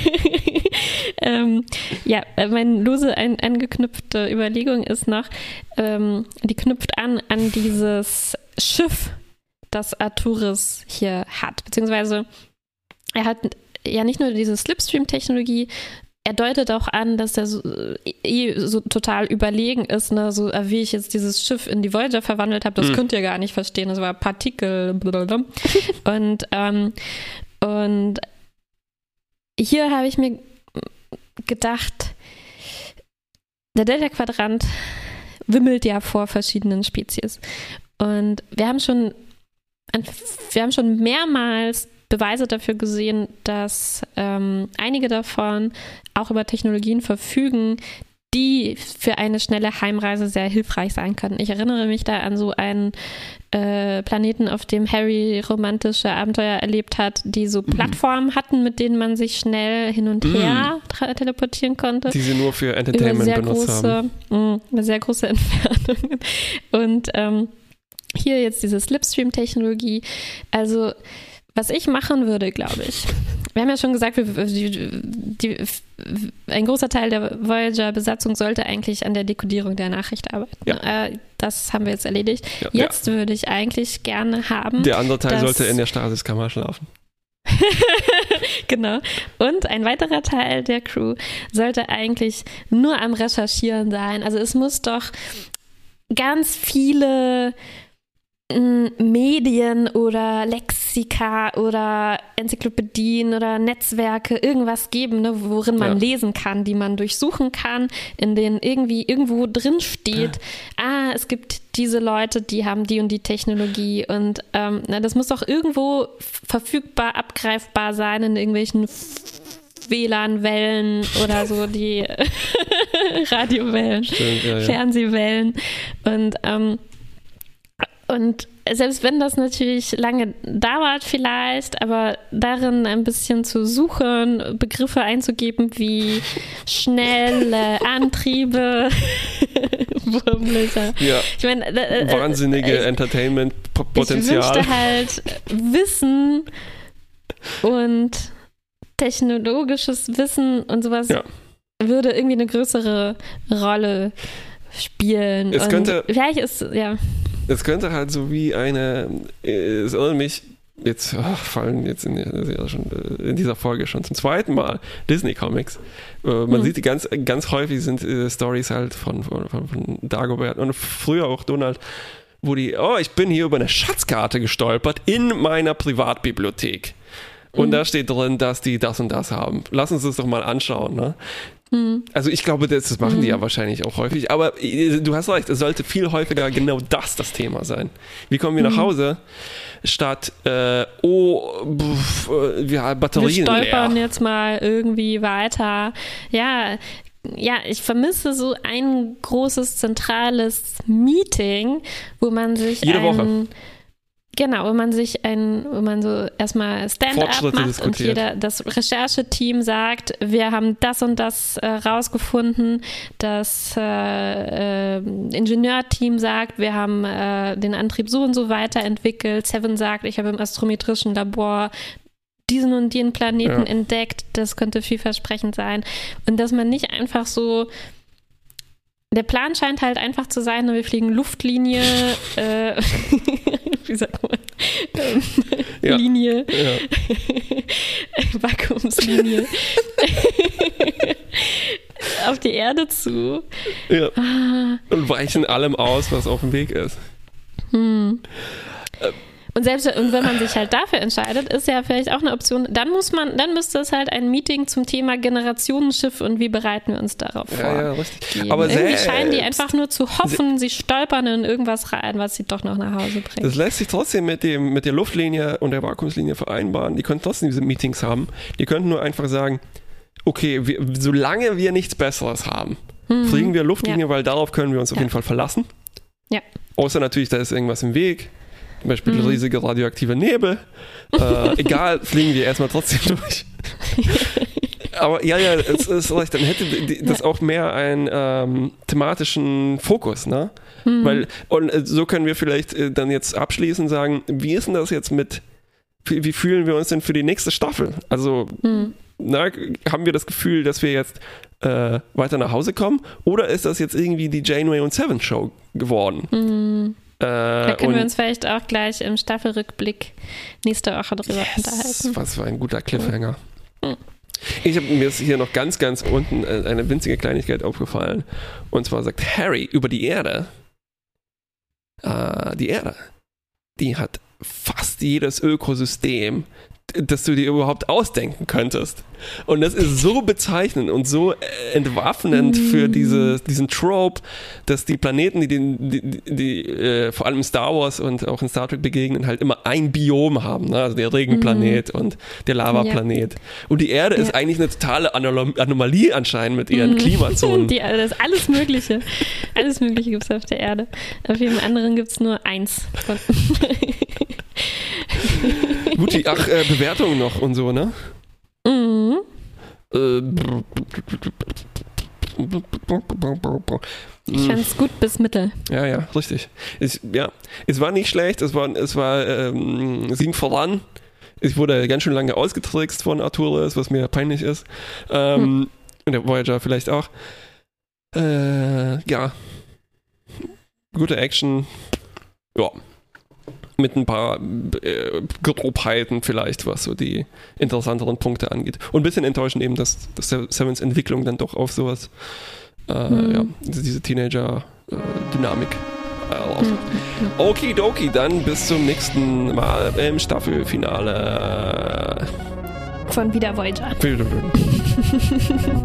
ähm, ja, meine lose ein, angeknüpfte Überlegung ist noch, ähm, die knüpft an an dieses Schiff, das Arturis hier hat. Beziehungsweise er hat ja nicht nur diese Slipstream-Technologie, er deutet auch an, dass er so, eh so total überlegen ist, ne? So wie ich jetzt dieses Schiff in die Voyager verwandelt habe, das mhm. könnt ihr gar nicht verstehen. Das war Partikel. Blablabla. und, ähm, und hier habe ich mir gedacht, der Delta-Quadrant wimmelt ja vor verschiedenen Spezies. Und wir haben schon, wir haben schon mehrmals Beweise dafür gesehen, dass ähm, einige davon auch über Technologien verfügen, die für eine schnelle Heimreise sehr hilfreich sein können. Ich erinnere mich da an so einen äh, Planeten, auf dem Harry romantische Abenteuer erlebt hat, die so Plattformen mhm. hatten, mit denen man sich schnell hin und her mhm. teleportieren konnte. Die sie nur für Entertainment über benutzt große, haben. Mh, über sehr große Entfernungen. Und ähm, hier jetzt diese Slipstream-Technologie. Also was ich machen würde, glaube ich, wir haben ja schon gesagt, wir, die, die, ein großer Teil der Voyager-Besatzung sollte eigentlich an der Dekodierung der Nachricht arbeiten. Ja. Äh, das haben wir jetzt erledigt. Ja, jetzt ja. würde ich eigentlich gerne haben. Der andere Teil dass, sollte in der Stasiskammer schlafen. Genau. Und ein weiterer Teil der Crew sollte eigentlich nur am Recherchieren sein. Also es muss doch ganz viele m, Medien oder Lexika oder Enzyklopädien oder Netzwerke, irgendwas geben, ne, worin man Ja. lesen kann, die man durchsuchen kann, in denen irgendwie irgendwo drin steht, ah, es gibt diese Leute, die haben die und die Technologie und ähm, na, das muss doch irgendwo verfügbar, abgreifbar sein in irgendwelchen W L A N-Wellen oder so, die Radiowellen, Stimmt, ja, ja. Fernsehwellen und ähm, und selbst wenn das natürlich lange dauert vielleicht, aber darin ein bisschen zu suchen, Begriffe einzugeben wie schnelle Antriebe, Wurmlöcher. Ja. Ich meine, äh, Wahnsinnige äh, ich Entertainment-Potenzial. wünschte halt Wissen und technologisches Wissen und sowas Ja. würde irgendwie eine größere Rolle spielen. Es und könnte- vielleicht ist, ja. Es könnte halt so wie eine, äh, es erinnert mich, jetzt ach, fallen jetzt in, ja schon, äh, in dieser Folge schon zum zweiten Mal Disney Comics. Äh, man Hm. sieht die ganz, ganz häufig sind äh, Stories halt von, von, von, von Dagobert und früher auch Donald, wo die, oh, ich bin hier über eine Schatzkarte gestolpert in meiner Privatbibliothek. Und Mhm. da steht drin, dass die das und das haben. Lass uns das doch mal anschauen, ne? Also ich glaube, das, das machen die ja wahrscheinlich auch häufig, aber äh, du hast recht, es sollte viel häufiger genau das das Thema sein. Wie kommen wir nach Hause, statt äh, oh, pf, äh, wir haben Wir Batterien stolpern leer. jetzt mal irgendwie weiter. Ja, ja, ich vermisse so ein großes zentrales Meeting, wo man sich Jede ein, Woche. Genau, wo man sich ein, wo man so erstmal Stand-up Fortschritte macht diskutiert. und jeder, das Rechercheteam sagt, wir haben das und das äh, rausgefunden, das äh, äh, Ingenieurteam sagt, wir haben äh, den Antrieb so und so weiterentwickelt, Seven sagt, ich habe im astrometrischen Labor diesen und jenen Planeten Ja. entdeckt, das könnte vielversprechend sein. Und dass man nicht einfach so, der Plan scheint halt einfach zu sein, wir fliegen Luftlinie, äh, wie sagt man, ähm, Ja. Linie, Ja. Vakuumslinie, auf die Erde zu. Ja. Ah, Und weichen allem aus, was auf dem Weg ist. hm. Und selbst und wenn man sich halt dafür entscheidet, ist ja vielleicht auch eine Option, dann muss man, dann müsste es halt ein Meeting zum Thema Generationenschiff und wie bereiten wir uns darauf vor. Ja, ja, richtig. geben. Aber Irgendwie selbst- scheinen die einfach nur zu hoffen, sie stolpern in irgendwas rein, was sie doch noch nach Hause bringt. Das lässt sich trotzdem mit, dem, mit der Luftlinie und der Vakuumslinie vereinbaren. Die können trotzdem diese Meetings haben. Die könnten nur einfach sagen, okay, wir, solange wir nichts Besseres haben, Mhm. fliegen wir Luftlinie, Ja. weil darauf können wir uns auf Ja. jeden Fall verlassen. Ja. Außer natürlich, da ist irgendwas im Weg. Zum Beispiel Mhm. riesige radioaktive Nebel. Äh, egal, fliegen wir erstmal trotzdem durch. Aber ja, ja, es ist recht. Dann hätte die, die, das auch mehr einen ähm, thematischen Fokus, ne? Mhm. Weil, und äh, so können wir vielleicht äh, dann jetzt abschließend sagen, wie ist denn das jetzt mit, wie, wie fühlen wir uns denn für die nächste Staffel? Also, Mhm. na, haben wir das Gefühl, dass wir jetzt äh, weiter nach Hause kommen? Oder ist das jetzt irgendwie die Janeway und Seven Show geworden? Mhm. Äh, Da können und wir uns vielleicht auch gleich im Staffelrückblick nächste Woche drüber unterhalten. was für ein guter Cliffhanger. Mhm. Ich habe mir ist hier noch ganz, ganz unten äh, eine winzige Kleinigkeit aufgefallen. Und zwar sagt Harry über die Erde. Äh, die Erde, die hat fast jedes Ökosystem, das du dir überhaupt ausdenken könntest. Und das ist so bezeichnend und so äh, entwaffnend Mm. für diese, diesen Trope, dass die Planeten, die, den, die, die, die äh, vor allem in Star Wars und auch in Star Trek begegnen, halt immer ein Biom haben. Ne? Also der Regenplanet und der Lavaplanet. Und die Erde ist Ja. eigentlich eine totale Anom- Anomalie anscheinend mit ihren Mhm. Klimazonen. Die, das ist alles Mögliche. Alles Mögliche gibt es auf der Erde. Auf jedem anderen gibt es nur eins. Von Gut, die, ach, äh, Bewertungen noch und so, ne? mhm. Äh, Ich fand es gut bis mittel. Ja, ja, richtig. Ich, ja, es war nicht schlecht, es war, es war ähm, es ging voran. Ich wurde ganz schön lange ausgetrickst von Arturis, was mir peinlich ist. Ähm, Hm. Und der Voyager vielleicht auch. Äh, ja. Gute Action. Ja. mit ein paar äh, Grobheiten vielleicht, was so die interessanteren Punkte angeht. Und ein bisschen enttäuschend eben, dass, dass Sevens Entwicklung dann doch auf sowas, äh, mhm. ja, diese Teenager-Dynamik äh, äh, mhm. Okidoki, dann bis zum nächsten Mal im Staffelfinale von Wieder Voyager.